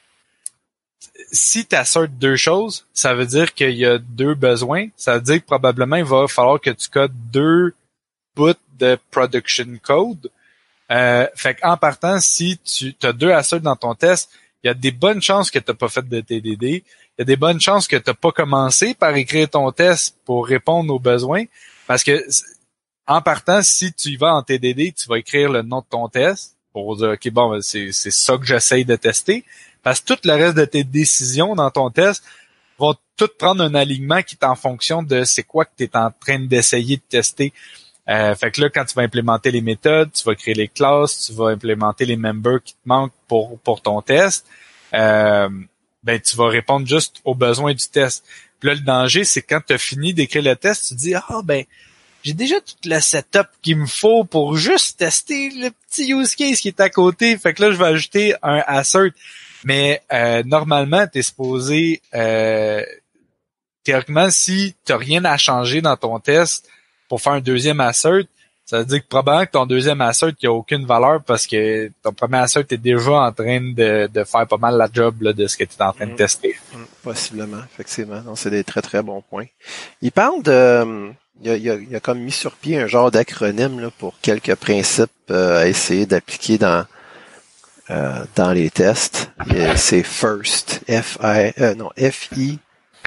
si tu assertes deux choses, ça veut dire qu'il y a deux besoins. Ça veut dire que probablement, il va falloir que tu codes deux bouts de production code. Euh, fait qu'en partant, si tu as deux asserts dans ton test, il y a des bonnes chances que tu n'as pas fait de T D D. Il y a des bonnes chances que tu n'as pas commencé par écrire ton test pour répondre aux besoins. Parce que en partant, si tu y vas en T D D, tu vas écrire le nom de ton test pour dire, OK, bon, c'est, c'est ça que j'essaye de tester. Parce que tout le reste de tes décisions dans ton test vont toutes prendre un alignement qui est en fonction de c'est quoi que tu es en train d'essayer de tester. Euh, fait que là, quand tu vas implémenter les méthodes, tu vas créer les classes, tu vas implémenter les members qui te manquent pour, pour ton test, euh, ben tu vas répondre juste aux besoins du test. Puis là, le danger, c'est quand tu as fini d'écrire le test, tu te dis, ah ben, j'ai déjà tout le setup qu'il me faut pour juste tester le petit use case qui est à côté. Fait que là, je vais ajouter un assert. Mais euh, normalement, tu es supposé, euh, théoriquement, si tu n'as rien à changer dans ton test pour faire un deuxième assert, ça veut dire que probablement que ton deuxième assert il n'y a aucune valeur parce que ton premier assert est déjà en train de, de faire pas mal la job là, de ce que tu es en train de tester. Mmh, mmh, possiblement, effectivement. Donc, c'est des très, très bons points. Il parle de... Il a, il, a, il a comme mis sur pied un genre d'acronyme là, pour quelques principes euh, à essayer d'appliquer dans euh, dans les tests. Et c'est FIRST, F I euh, non F I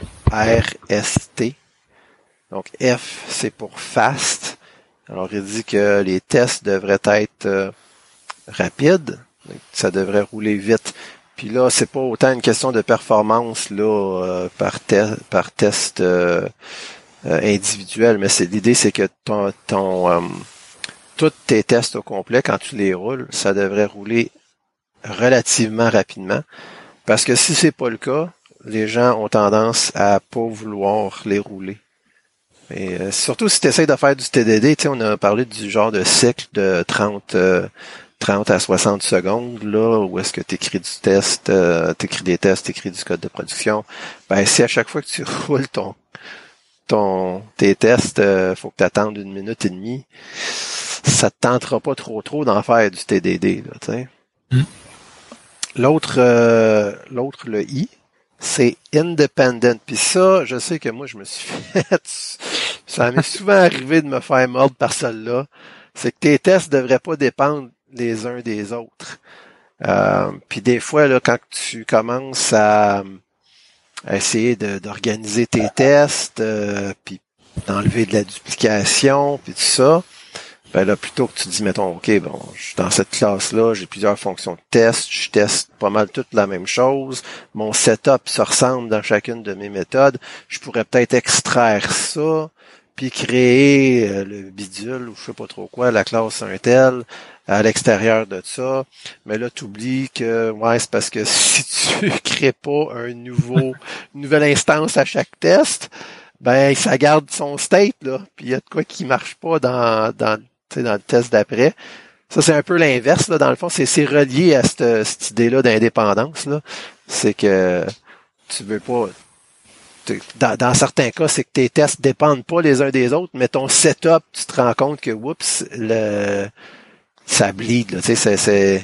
R S T. Donc F c'est pour fast. Alors il dit que les tests devraient être euh, rapides, ça devrait rouler vite. Puis là, c'est pas autant une question de performance là euh, par, te- par test euh, euh, individuel, mais c'est l'idée, c'est que ton, ton euh, tous tes tests au complet, quand tu les roules, ça devrait rouler relativement rapidement. Parce que si c'est pas le cas, les gens ont tendance à pas vouloir les rouler. Et euh, surtout si tu essaies de faire du T D D, tu sais, on a parlé du genre de cycle de trente, euh, trente à soixante secondes, là, où est-ce que tu écris du test, euh, tu écris des tests, tu écris du code de production. Ben, si à chaque fois que tu roules ton ton tes tests, euh, faut que tu attendes une minute et demie, ça te tentera pas trop trop d'en faire du T D D, là, tu sais. Mm. L'autre, euh, l'autre, le I, c'est independent. Puis ça, je sais que moi, je me suis fait... Ça m'est souvent arrivé de me faire mordre par celle-là. C'est que tes tests devraient pas dépendre les uns des autres. Euh, puis des fois, là, quand tu commences à, à essayer de, d'organiser tes tests, euh, puis d'enlever de la duplication, puis tout ça, ben là, plutôt que tu dis, mettons, OK, bon, je suis dans cette classe-là, j'ai plusieurs fonctions de test, je teste pas mal toutes la même chose, mon setup se ressemble dans chacune de mes méthodes, je pourrais peut-être extraire ça, puis créer euh, le bidule, ou je sais pas trop quoi, la classe un tel, à l'extérieur de ça. Mais là, tu oublies que, ouais, c'est parce que si tu crées pas un nouveau, une nouvelle instance à chaque test, ben, ça garde son state, là, puis il y a de quoi qui marche pas dans, dans tu sais, dans le test d'après. Ça, c'est un peu l'inverse, là, dans le fond. C'est, c'est relié à cette, cette idée-là d'indépendance, là. C'est que tu veux pas... Dans, dans certains cas, c'est que tes tests dépendent pas les uns des autres, mais ton setup, tu te rends compte que, oups, le, ça bleed, là. Tu sais, c'est, c'est,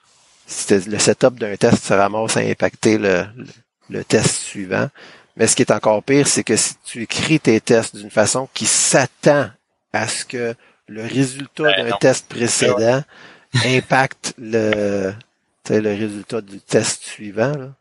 c'est, le setup d'un test se ramasse à impacter le, le, le test suivant. Mais ce qui est encore pire, c'est que si tu écris tes tests d'une façon qui s'attend à ce que le résultat ben d'un non. test précédent impacte le, tu sais, le résultat du test suivant, là.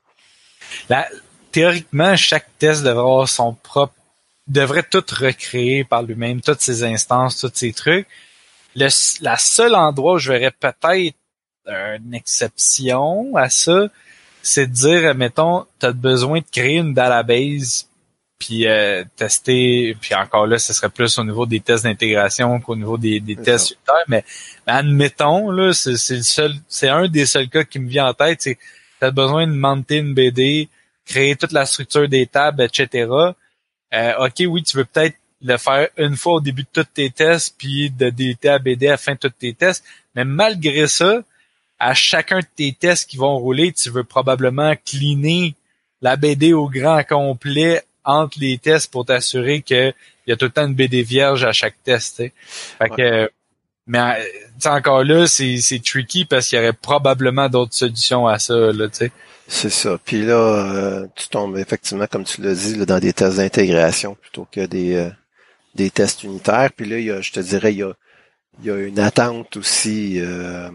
La, théoriquement, chaque test devrait avoir son propre, devrait tout recréer par lui-même, toutes ses instances, tous ces trucs. Le, la seule endroit où je verrais peut-être une exception à ça, c'est de dire, mettons, tu as besoin de créer une database puis euh, tester, puis encore là, ce serait plus au niveau des tests d'intégration qu'au niveau des, des tests unitaires, mais, mais admettons, là, c'est, c'est le seul, c'est un des seuls cas qui me vient en tête, c'est tu as besoin de monter une B D, créer toute la structure des tables, et cetera. Euh, OK, oui, tu veux peut-être le faire une fois au début de tous tes tests, puis de déliter la B D à la fin de tous tes tests, mais malgré ça, à chacun de tes tests qui vont rouler, tu veux probablement cleaner la B D au grand complet entre les tests pour t'assurer qu'il y a tout le temps une B D vierge à chaque test. T'sais. Fait ouais. que, mais encore là, c'est, c'est tricky parce qu'il y aurait probablement d'autres solutions à ça. Là, t'sais. C'est ça. Puis là, euh, tu tombes effectivement, comme tu l'as dit, là, dans des tests d'intégration plutôt que des euh, des tests unitaires. Puis là, il y a, je te dirais, il y a, il y a une attente aussi euh,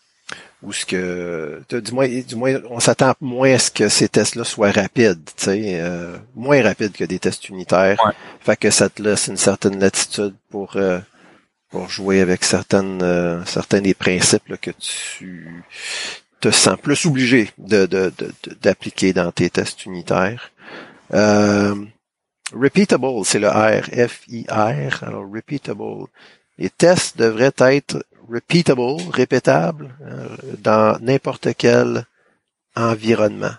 où ce que du moins, du moins, on s'attend moins à ce que ces tests-là soient rapides, tu sais, euh, moins rapides que des tests unitaires. Ouais. Fait que ça te laisse une certaine latitude pour euh, pour jouer avec certaines euh, certains des principes là, que tu te sens plus obligé de, de, de, de d'appliquer dans tes tests unitaires. Euh, repeatable, c'est le R, F I R. Alors repeatable. Les tests devraient être repeatable, répétables, euh, dans n'importe quel environnement.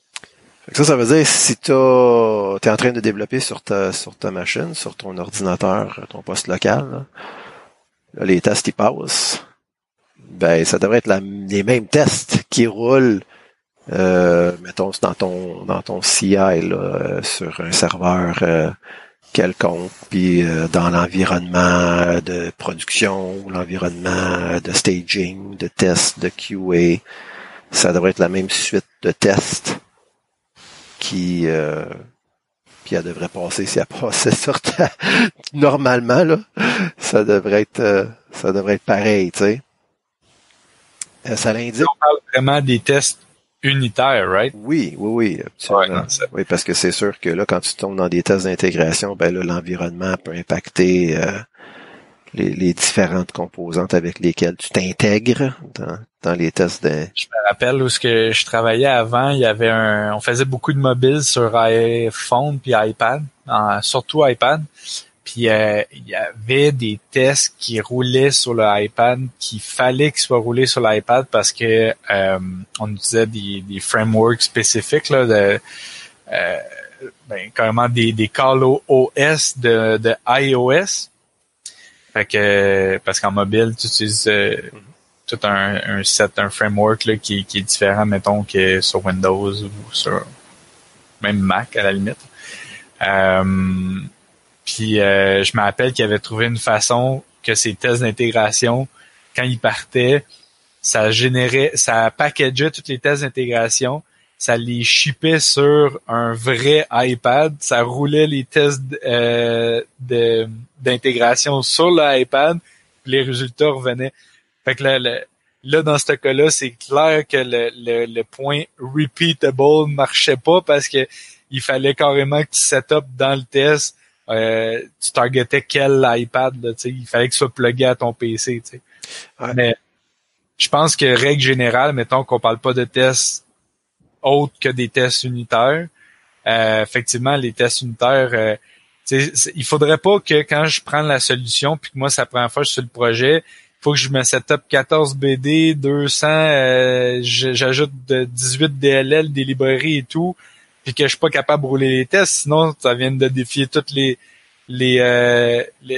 Ça, ça veut dire si tu es en train de développer sur ta sur ta machine, sur ton ordinateur, ton poste local, là, là, les tests ils passent. Ben, ça devrait être la, les mêmes tests qui roulent, euh, mettons, dans ton dans ton C I là, sur un serveur euh, quelconque, puis euh, dans l'environnement de production, l'environnement de staging, de test, de Q A, ça devrait être la même suite de tests qui euh, puis elle devrait passer si elle passait sur ta... normalement là, ça devrait être euh, ça devrait être pareil, tu sais. Euh, ça l'indique. On parle vraiment des tests unitaire, right? Oui, oui, oui, absolument. Ouais, non, oui, parce que c'est sûr que là, quand tu tombes dans des tests d'intégration, ben là, l'environnement peut impacter euh, les, les différentes composantes avec lesquelles tu t'intègres dans, dans les tests de... Je me rappelle où ce que je travaillais avant, il y avait un, on faisait beaucoup de mobiles sur iPhone puis iPad, en, surtout iPad. Puis euh, il y avait des tests qui roulaient sur le iPad, qu'il fallait qu'ils soient roulés sur l'iPad parce que euh, on utilisait des, des frameworks spécifiques là, de euh, ben, carrément des, des call O S de, de iOS. Fait que parce qu'en mobile, tu utilises euh, tout un, un set, un framework là, qui, qui est différent, mettons, que sur Windows ou sur même Mac à la limite. Euh, Puis euh, je me rappelle qu'il avait trouvé une façon que ces tests d'intégration, quand ils partaient, ça générait, ça packageait tous les tests d'intégration, ça les shippait sur un vrai iPad, ça roulait les tests euh, de, d'intégration sur l'iPad, puis les résultats revenaient. Fait que là, le, là dans ce cas-là, c'est clair que le, le, le point repeatable marchait pas parce que il fallait carrément que tu set up dans le test. Euh, tu targetais quel iPad, là, il fallait que ce soit plugué à ton P C. T'sais. Ouais. Mais je pense que règle générale, mettons qu'on parle pas de tests autres que des tests unitaires, euh, effectivement, les tests unitaires, euh, il faudrait pas que quand je prends la solution puis que moi, c'est la première fois que je suis sur le projet, il faut que je me set up quatorze B D, deux cents, euh, j'ajoute de dix-huit D L L, des librairies et tout, puis que je suis pas capable de rouler les tests, sinon ça vient de défier toutes les les, euh, les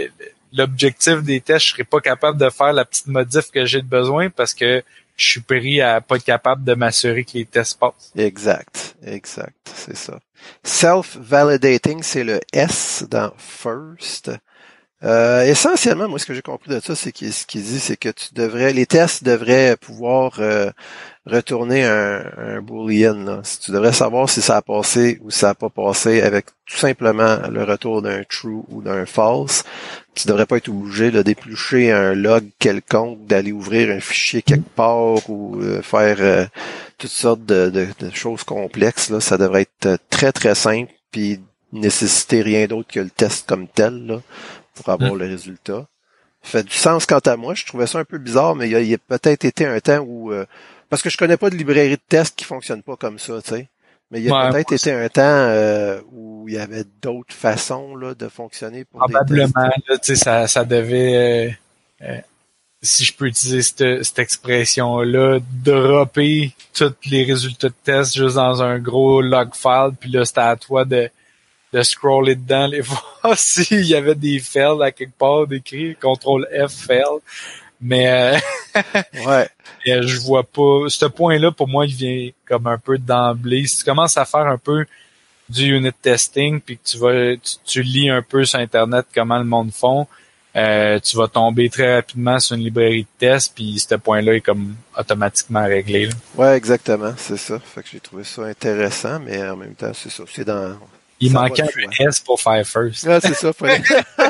l'objectif des tests, je serais pas capable de faire la petite modif que j'ai de besoin parce que je suis pris à pas être capable de m'assurer que les tests passent. Exact, exact, c'est ça. Self-validating, c'est le S dans first. Euh, essentiellement, moi, ce que j'ai compris de ça, c'est que ce qu'il dit, c'est que tu devrais, les tests devraient pouvoir euh, retourner un, un boolean. Là. Tu devrais savoir si ça a passé ou si ça a pas passé avec tout simplement le retour d'un true ou d'un false. Tu devrais pas être obligé de d'éplucher un log quelconque, d'aller ouvrir un fichier quelque part ou euh, faire euh, toutes sortes de, de, de choses complexes. Là. Ça devrait être très, très simple puis nécessiter rien d'autre que le test comme tel, là, pour avoir mmh. le résultat. Ça fait du sens quant à moi. Je trouvais ça un peu bizarre, mais il y a, il y a peut-être été un temps où... Euh, parce que je connais pas de librairie de tests qui fonctionne pas comme ça, tu sais. Mais il y a ouais, peut-être été un temps euh, où il y avait d'autres façons là, de fonctionner pour probablement, des tests. Là, tu sais, ça, ça devait... Euh, euh, si je peux utiliser cette, cette expression-là, dropper tous les résultats de tests juste dans un gros log file, puis là, c'était à toi de de scroller dedans, les voir s'il y avait des fails à quelque part d'écrit, contrôle F fail. Mais euh, ouais. mais je vois pas. Ce point-là, pour moi, il vient comme un peu d'emblée. Si tu commences à faire un peu du unit testing, puis que tu vas tu, tu lis un peu sur Internet comment le monde font, euh, tu vas tomber très rapidement sur une librairie de tests, puis ce point-là est comme automatiquement réglé. Là. Ouais, exactement, c'est ça. Fait que j'ai trouvé ça intéressant, mais en même temps, c'est ça. C'est dans Il ça manquait un S pour faire first. Ah, c'est ça. Fallait...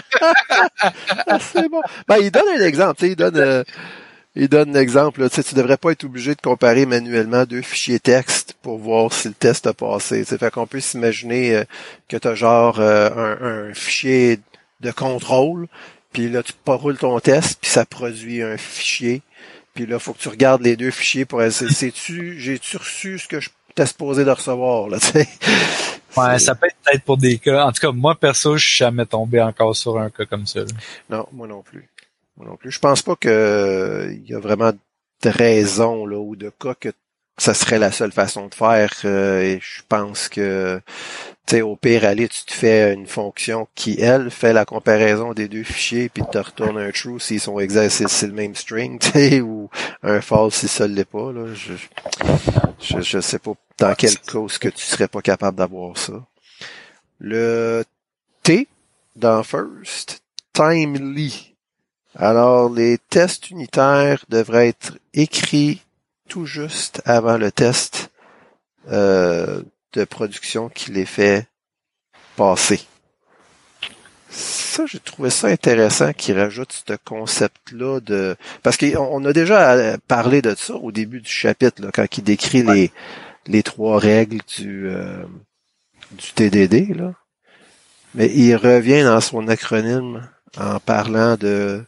ah, c'est bon. Ben, il donne un exemple. Tu sais, il donne, euh, il donne un exemple. Là, tu sais, tu devrais pas être obligé de comparer manuellement deux fichiers texte pour voir si le test a passé. Tu sais, fait qu'on peut s'imaginer euh, que tu as genre euh, un, un fichier de contrôle, puis là, tu roules ton test, puis ça produit un fichier. Puis là, faut que tu regardes les deux fichiers pour essayer. Sais-tu, j'ai-tu reçu ce que je t'ai supposé de recevoir, là, tu sais? Ouais, ça peut être peut-être pour des cas. En tout cas, moi, perso, je suis jamais tombé encore sur un cas comme ça. Là. Non, moi non plus. Moi non plus. Je pense pas que il y a vraiment de raison, là, ou de cas que ça serait la seule façon de faire. Euh, et je pense que, tu sais, au pire, aller, tu te fais une fonction qui, elle, fait la comparaison des deux fichiers, puis te retourne un true s'ils sont exacts, si c'est le même string, tu sais, ou un false si ça l'est pas, là. Je, je, je sais pas dans quelle cause que tu serais pas capable d'avoir ça. Le T dans first, timely. Alors, les tests unitaires devraient être écrits tout juste avant le test euh, de production qui les fait passer. Ça, j'ai trouvé ça intéressant qu'il rajoute ce concept-là de... Parce qu'on a déjà parlé de ça au début du chapitre, là, quand il décrit ouais. les les trois règles du euh, du T D D, là. Mais il revient dans son acronyme en parlant de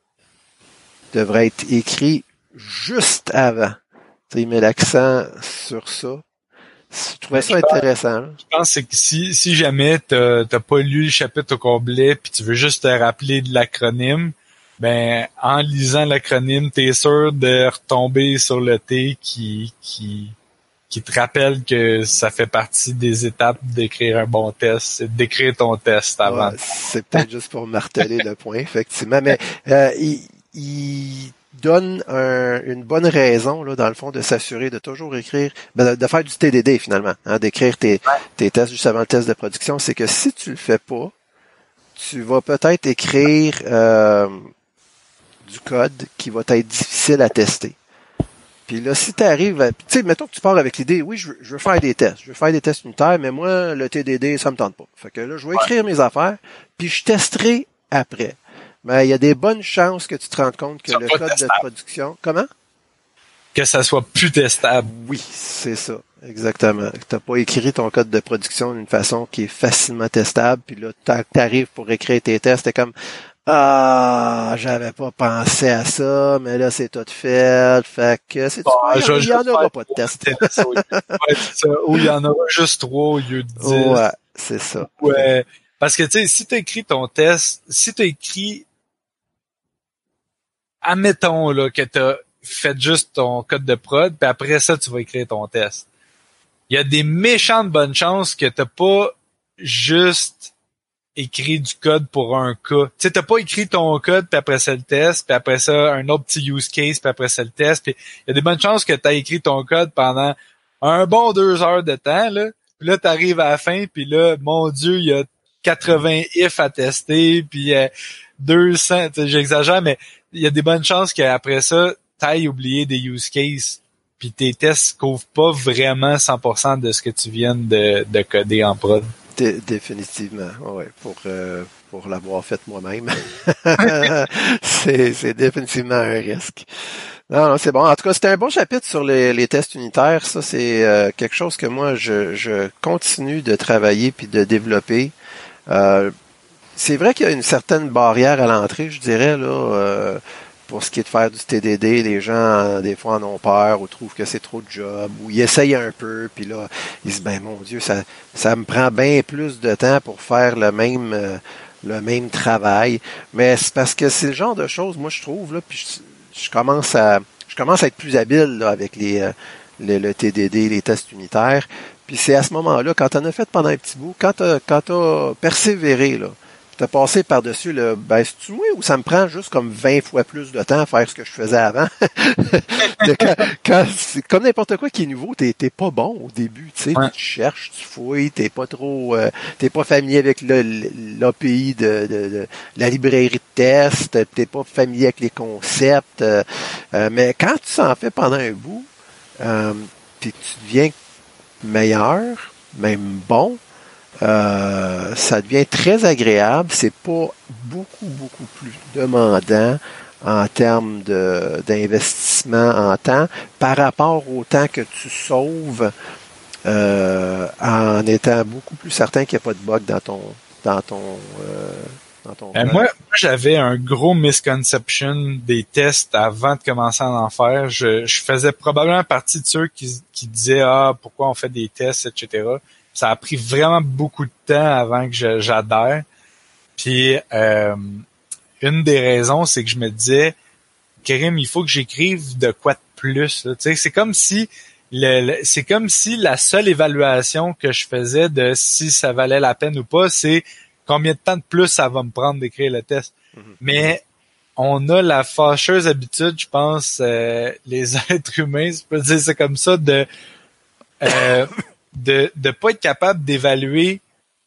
devrait être écrit juste avant. T'sais, il met l'accent sur ça. Je trouvais ça je intéressant. Pense, je pense que si, si jamais t'as, t'as pas lu le chapitre au complet puis tu veux juste te rappeler de l'acronyme, ben en lisant l'acronyme, t'es sûr de retomber sur le T qui qui qui te rappelle que ça fait partie des étapes d'écrire un bon test, c'est d'écrire ton test avant. Ouais, c'est peut-être juste pour marteler le point, effectivement, mais euh, il, il donne un, une bonne raison, là, dans le fond, de s'assurer de toujours écrire, ben, de, de faire du T D D finalement, hein, d'écrire tes, tes tests juste avant le test de production. C'est que si tu le fais pas, tu vas peut-être écrire euh, du code qui va être difficile à tester. Puis là, si tu arrives à... Tu sais, mettons que tu pars avec l'idée, oui, je veux, je veux faire des tests. Je veux faire des tests unitaires, mais moi, le T D D, ça me tente pas. Fait que là, je vais écrire ouais. mes affaires, puis je testerai après. Mais il y a des bonnes chances que tu te rendes compte que ça le code testable. De production... Comment? Que ça soit plus testable. Oui, c'est ça. Exactement. Tu n'as pas écrit ton code de production d'une façon qui est facilement testable, puis là, tu arrives pour écrire tes tests, t'es comme... Ah, j'avais pas pensé à ça, mais là, c'est tout fait. Fait que, c'est bon, il y en aura pas de test. Ouais, c'est ça. Ou il y en aura juste trois au lieu de dix. Ouais, c'est ça. Ouais. Parce que, tu sais, si tu écrit ton test, si tu écrit, admettons, là, que tu as fait juste ton code de prod, puis après ça, tu vas écrire ton test. Il y a des méchantes bonnes chances que tu n'as pas juste écrit du code pour un cas. Tu sais, t'as pas écrit ton code, puis après ça le test, puis après ça un autre petit use case, puis après ça le test. Puis il y a des bonnes chances que t'as écrit ton code pendant un bon deux heures de temps, là. Puis là, t'arrives à la fin, puis là, mon Dieu, il y a quatre-vingts ifs à tester, puis euh, deux cents, j'exagère, mais il y a des bonnes chances qu'après ça, t'ailles oublier des use cases, puis tes tests couvrent pas vraiment cent pour cent de ce que tu viens de, de coder en prod. Dé- définitivement, ouais, pour euh, pour l'avoir fait moi-même, c'est c'est définitivement un risque. Non, non, c'est bon. En tout cas, c'était un bon chapitre sur les, les tests unitaires. Ça, c'est euh, quelque chose que moi, je, je continue de travailler puis de développer. Euh, c'est vrai qu'il y a une certaine barrière à l'entrée, je dirais, là, euh, pour ce qui est de faire du T D D. Les gens, euh, des fois, en ont peur ou trouvent que c'est trop de job, ou ils essayent un peu, puis là, ils disent, ben mon Dieu, ça, ça me prend bien plus de temps pour faire le même, euh, le même travail. Mais c'est parce que c'est le genre de choses, moi, je trouve, là, puis je, je commence à, je commence à être plus habile, là, avec les, euh, le, le T D D, les tests unitaires. Puis c'est à ce moment-là, quand t'en as fait pendant un petit bout, quand t'as, quand t'as persévéré, là, t'as passé par-dessus le, ben, c'est-tu moi ou ça me prend juste comme vingt fois plus de temps à faire ce que je faisais avant? quand, quand c'est comme n'importe quoi qui est nouveau, t'es, t'es pas bon au début, tu sais, Ouais. tu cherches, tu fouilles, t'es pas trop, euh, t'es pas familier avec le, l'A P I de, de, de la librairie de test, t'es pas familier avec les concepts, euh, euh, mais quand tu s'en fais pendant un bout, euh, puis tu deviens meilleur, même bon, Euh, ça devient très agréable. C'est pas beaucoup, beaucoup plus demandant en termes de, d'investissement en temps par rapport au temps que tu sauves euh, en étant beaucoup plus certain qu'il n'y a pas de bug dans ton dans ton euh, dans ton Euh, code. moi, moi, j'avais un gros misconception des tests avant de commencer à en faire. Je, je faisais probablement partie de ceux qui, qui disaient ah pourquoi on fait des tests, et cetera. Ça a pris vraiment beaucoup de temps avant que je, j'adhère. Puis euh, une des raisons, c'est que je me disais, Karim, il faut que j'écrive de quoi de plus. Là. Tu sais, c'est comme si le, le- c'est comme si la seule évaluation que je faisais de si ça valait la peine ou pas, c'est combien de temps de plus ça va me prendre d'écrire le test. Mm-hmm. Mais on a la fâcheuse habitude, je pense, euh, les êtres humains, je peux dire ça comme ça, de euh, de de pas être capable d'évaluer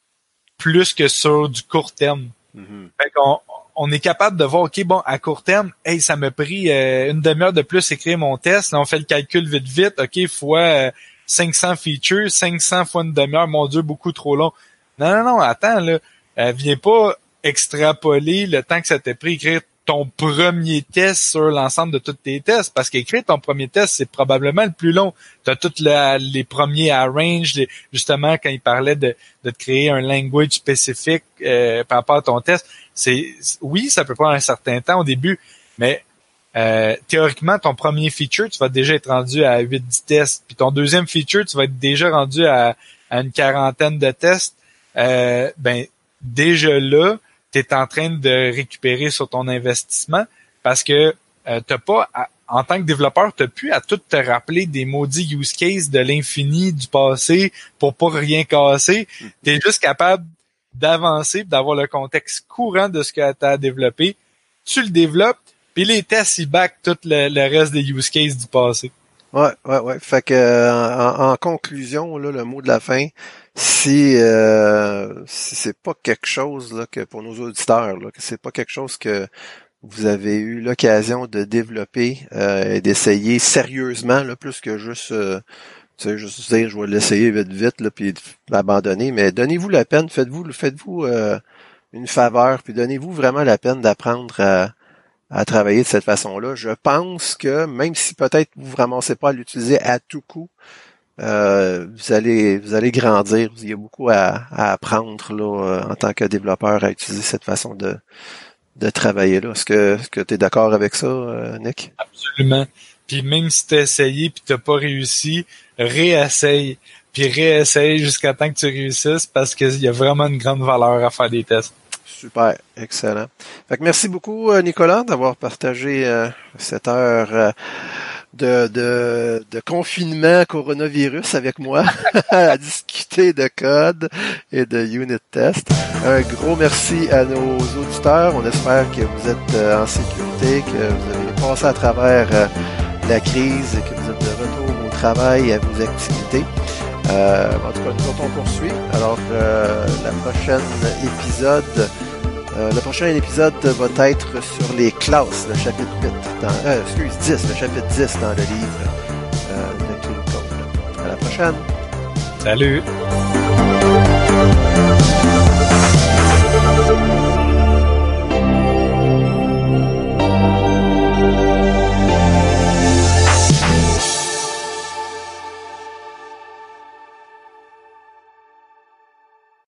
plus que sur du court terme. Mm-hmm. Fait qu'on on est capable de voir, OK, bon, à court terme, hey, ça m'a pris euh, une demi-heure de plus écrire mon test. Là, on fait le calcul vite, vite. OK, fois euh, cinq cents features, cinq cents fois une demi-heure, mon Dieu, beaucoup trop long. Non, non, non, attends, là. Euh, viens pas extrapoler le temps que ça t'a pris écrire ton premier test sur l'ensemble de tous tes tests, parce qu'écrire ton premier test, c'est probablement le plus long. Tu as tous les premiers arrange, les, justement, quand il parlait de, de te créer un language spécifique euh, par rapport à ton test, c'est oui, ça peut prendre un certain temps au début, mais euh, théoriquement, ton premier feature, tu vas déjà être rendu à huit dix tests, puis ton deuxième feature, tu vas être déjà rendu à, à une quarantaine de tests. Euh, ben, déjà là, tu es en train de récupérer sur ton investissement parce que euh, t'as pas, à, en tant que développeur, tu n'as plus à tout te rappeler des maudits use cases de l'infini du passé pour pas rien casser. Tu es juste capable d'avancer, d'avoir le contexte courant de ce que tu as développé. Tu le développes, puis les tests, ils backent tout le, le reste des use cases du passé. Ouais, ouais, ouais. Fait que en, en conclusion, là, le mot de la fin, si, euh, si c'est pas quelque chose là que pour nos auditeurs, là, que c'est pas quelque chose que vous avez eu l'occasion de développer euh, et d'essayer sérieusement, là, plus que juste euh, tu sais, juste dire je vais l'essayer vite vite là, puis l'abandonner, mais donnez-vous la peine, faites-vous faites-vous euh, une faveur, puis donnez-vous vraiment la peine d'apprendre à à travailler de cette façon-là. Je pense que même si peut-être vous vous ramassez pas à l'utiliser à tout coup, euh, vous allez vous allez grandir. Il y a beaucoup à, à apprendre là euh, en tant que développeur à utiliser cette façon de de travailler là. Est-ce que est-ce que tu es d'accord avec ça, euh, Nick? Absolument. Puis même si t'as essayé puis t'as pas réussi, réessaye. Puis réessaye jusqu'à temps que tu réussisses parce qu'il y a vraiment une grande valeur à faire des tests. Super, excellent. Fait que merci beaucoup, Nicolas, d'avoir partagé euh, cette heure euh, de, de, de confinement coronavirus avec moi à discuter de code et de unit test. Un gros merci à nos auditeurs. On espère que vous êtes en sécurité, que vous avez passé à travers la crise et que vous êtes de retour au travail et à vos activités. Euh, en tout cas, nous autres, on poursuit. Alors, euh, la prochaine épisode, euh, le prochain épisode va être sur les classes, le chapitre huit, dans, euh, excuse, dix, le chapitre dix dans le livre euh, de Clean Code. À la prochaine! Salut!